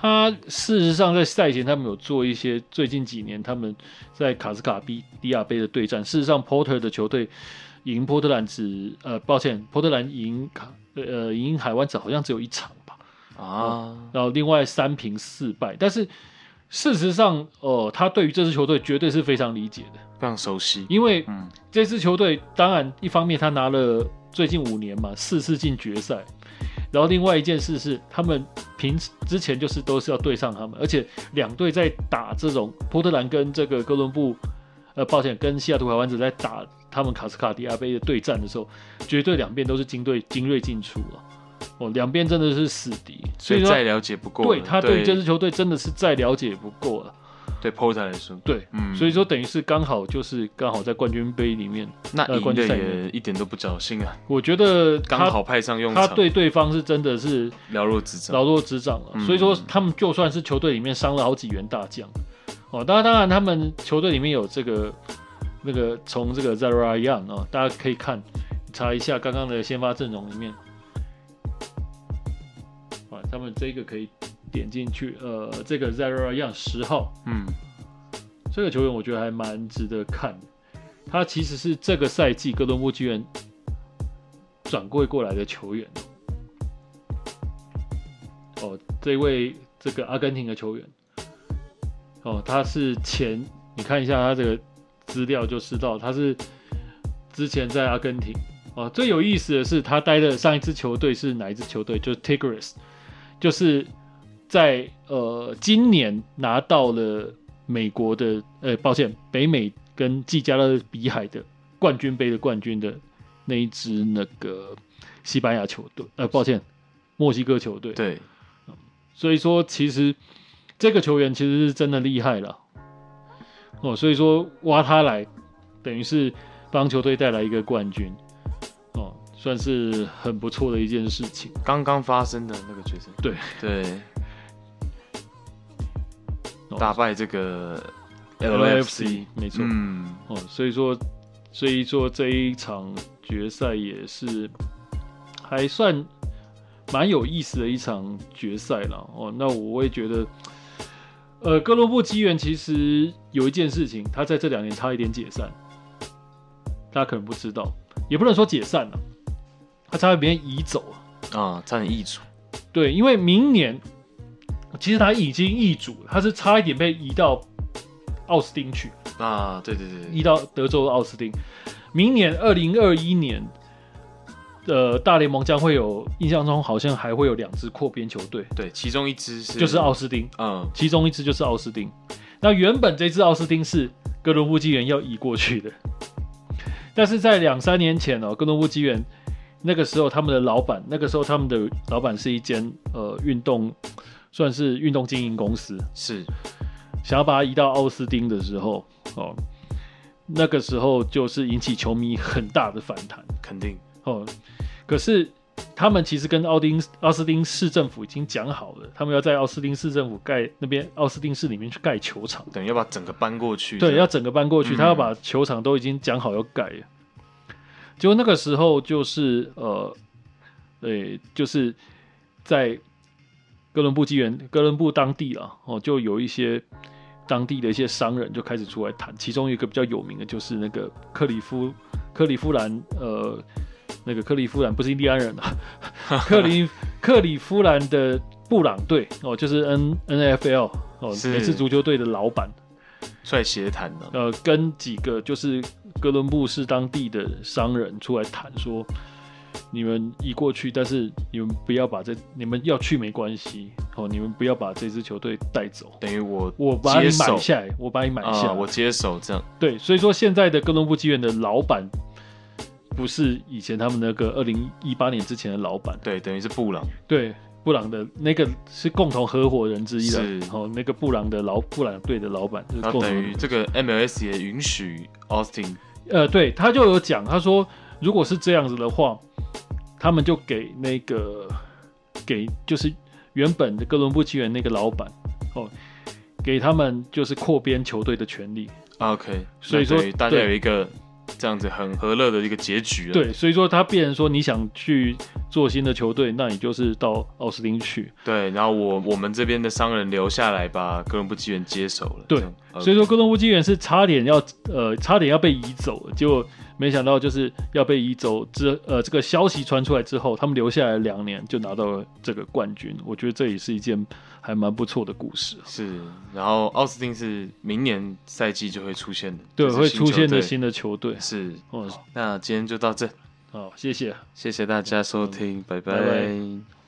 他事实上在赛前他们有做一些最近几年他们在卡斯卡比迪亚杯的对战，事实上 Porter 的球队赢波特兰只呃抱歉，波特兰赢卡呃赢海湾只好像只有一场吧啊，然后另外三平四败，但是事实上呃他对于这支球队绝对是非常理解的， 非常熟悉， 因为这支球队当然一方面他拿了最近五年嘛四次进决赛。然后另外一件事是，他们平之前就是都是要对上他们，而且两队在打这种波特兰跟这个哥伦布，呃，抱歉，跟西雅图海湾子在打他们卡斯卡迪亚杯的对战的时候，绝对两边都是精锐精锐进出了，哦，两边真的是死敌， 所以再了解不够了， 对他对于这支球队真的是再了解不够了。 对 Porter 来说， 对，嗯，所以说等于是刚好就是刚好在冠军杯里面， 那赢的也一点都不侥幸啊。 我觉得刚好派上用场， 他对对方是真的是了若指掌， 了若指掌了。嗯、所以说他们就算是球队里面伤了好几员大将，哦，当然当然他们球队里面有这个那个从这个 Zara Young 哦，大家可以看查一下刚刚的先发阵容里面，啊，他们这个可以。点进去，呃，这个 Zara Young 十号，嗯，这个球员我觉得还蛮值得看的。他其实是这个赛季哥伦布机员转柜过来的球员。哦，这位这个阿根廷的球员，哦，他是前，你看一下他这个资料就知道，他是之前在阿根廷。哦，最有意思的是，他待的上一支球队是哪一支球队？就是 Tigres， 就是。在呃今年拿到了美国的呃抱歉北美跟暨加勒比海的冠军杯的冠军的那一支那个西班牙球队呃抱歉墨西哥球队对、 嗯，所以说其实这个球员其实是真的厉害了哦，所以说挖他来等于是帮球队带来一个冠军哦，算是很不错的一件事情。 刚刚发生的那个决赛， 对对。打败这个 L F C， 没错，嗯，哦，所以说，所以说这一场决赛也是还算蛮有意思的一场决赛啦。哦，那我也觉得，呃，哥伦布机员其实有一件事情，他在这两年差一点解散，大家可能不知道，也不能说解散了，他差点被移走啊，啊，差点易主， 对，因为明年。其实他已经易主了，他是差一点被移到奥斯汀去啊，对对对， 移到德州的奥斯汀。明年二零二一年，呃，大联盟将会有，印象中好像还会有两支扩编球队， 对，其中一支是就是奥斯汀， 嗯， 其中一支就是奥斯汀。那原本这支奥斯汀是哥伦布机员要移过去的，但是在两三年前哦，哥伦布机员那个时候他们的老板，那个时候他们的老板是一间呃运动。算是运动经营公司， 是想要把它移到奥斯汀的时候，哦，那个时候就是引起球迷很大的反弹， 肯定哦。可是他们其实跟奥丁奥斯汀市政府已经讲好了，他们要在奥斯汀市政府盖那边奥斯汀市里面去盖球场， 等于要把整个搬过去。 对，要整个搬过去，嗯、他要把球场都已经讲好要盖了。结果那个时候就是呃，对，就是在。哥伦布机员，哥伦布当地啦，哦，就有一些当地的一些商人就开始出来谈，其中一个比较有名的就是那个克里夫克里夫兰，呃，那个克里夫兰不是印第安人啊，克里克里夫兰的布朗队哦，就是 N N F L 哦，美式足球队的老板出来协谈的， 呃，跟几个就是哥伦布市当地的商人出来谈说。你们移过去，但是你们不要把这，你们要去没关系哦，你们不要把这支球队带走。 等于我我把你买下来，我把你买下来、 呃，我接手这样。 对，所以说现在的哥伦布机员的老板不是以前他们那个二零一八年之前的老板， 对，等于是布朗。 对，布朗的那个是共同合伙人之一的，哦，那个布朗的老布朗队的老板，就是共同。 等于这个 M L S 也允许 Austin， 呃，对，他就有讲，他说如果是这样子的话。他们就给那个给就是原本的哥伦布机员那个老板哦，给他们就是扩编球队的权利。 OK， 所以说大家有一个这样子很和乐的一个结局了。 对，所以说他变成说你想去做新的球队，那你就是到奥斯汀去。 对，然后我我们这边的商人留下来把哥伦布机园接手了。 对，所以说哥伦布机园是差点要呃差点要被移走了，结果没想到就是要被移走之呃这个消息传出来之后，他们留下来两年就拿到了这个冠军。我觉得这也是一件还蛮不错的故事。 是，然后奥斯汀是明年赛季就会出现的， 对，会出现的新的球队。 是， 哦， 那今天就到这。 好，谢谢， 谢谢大家收听，拜拜。 拜拜。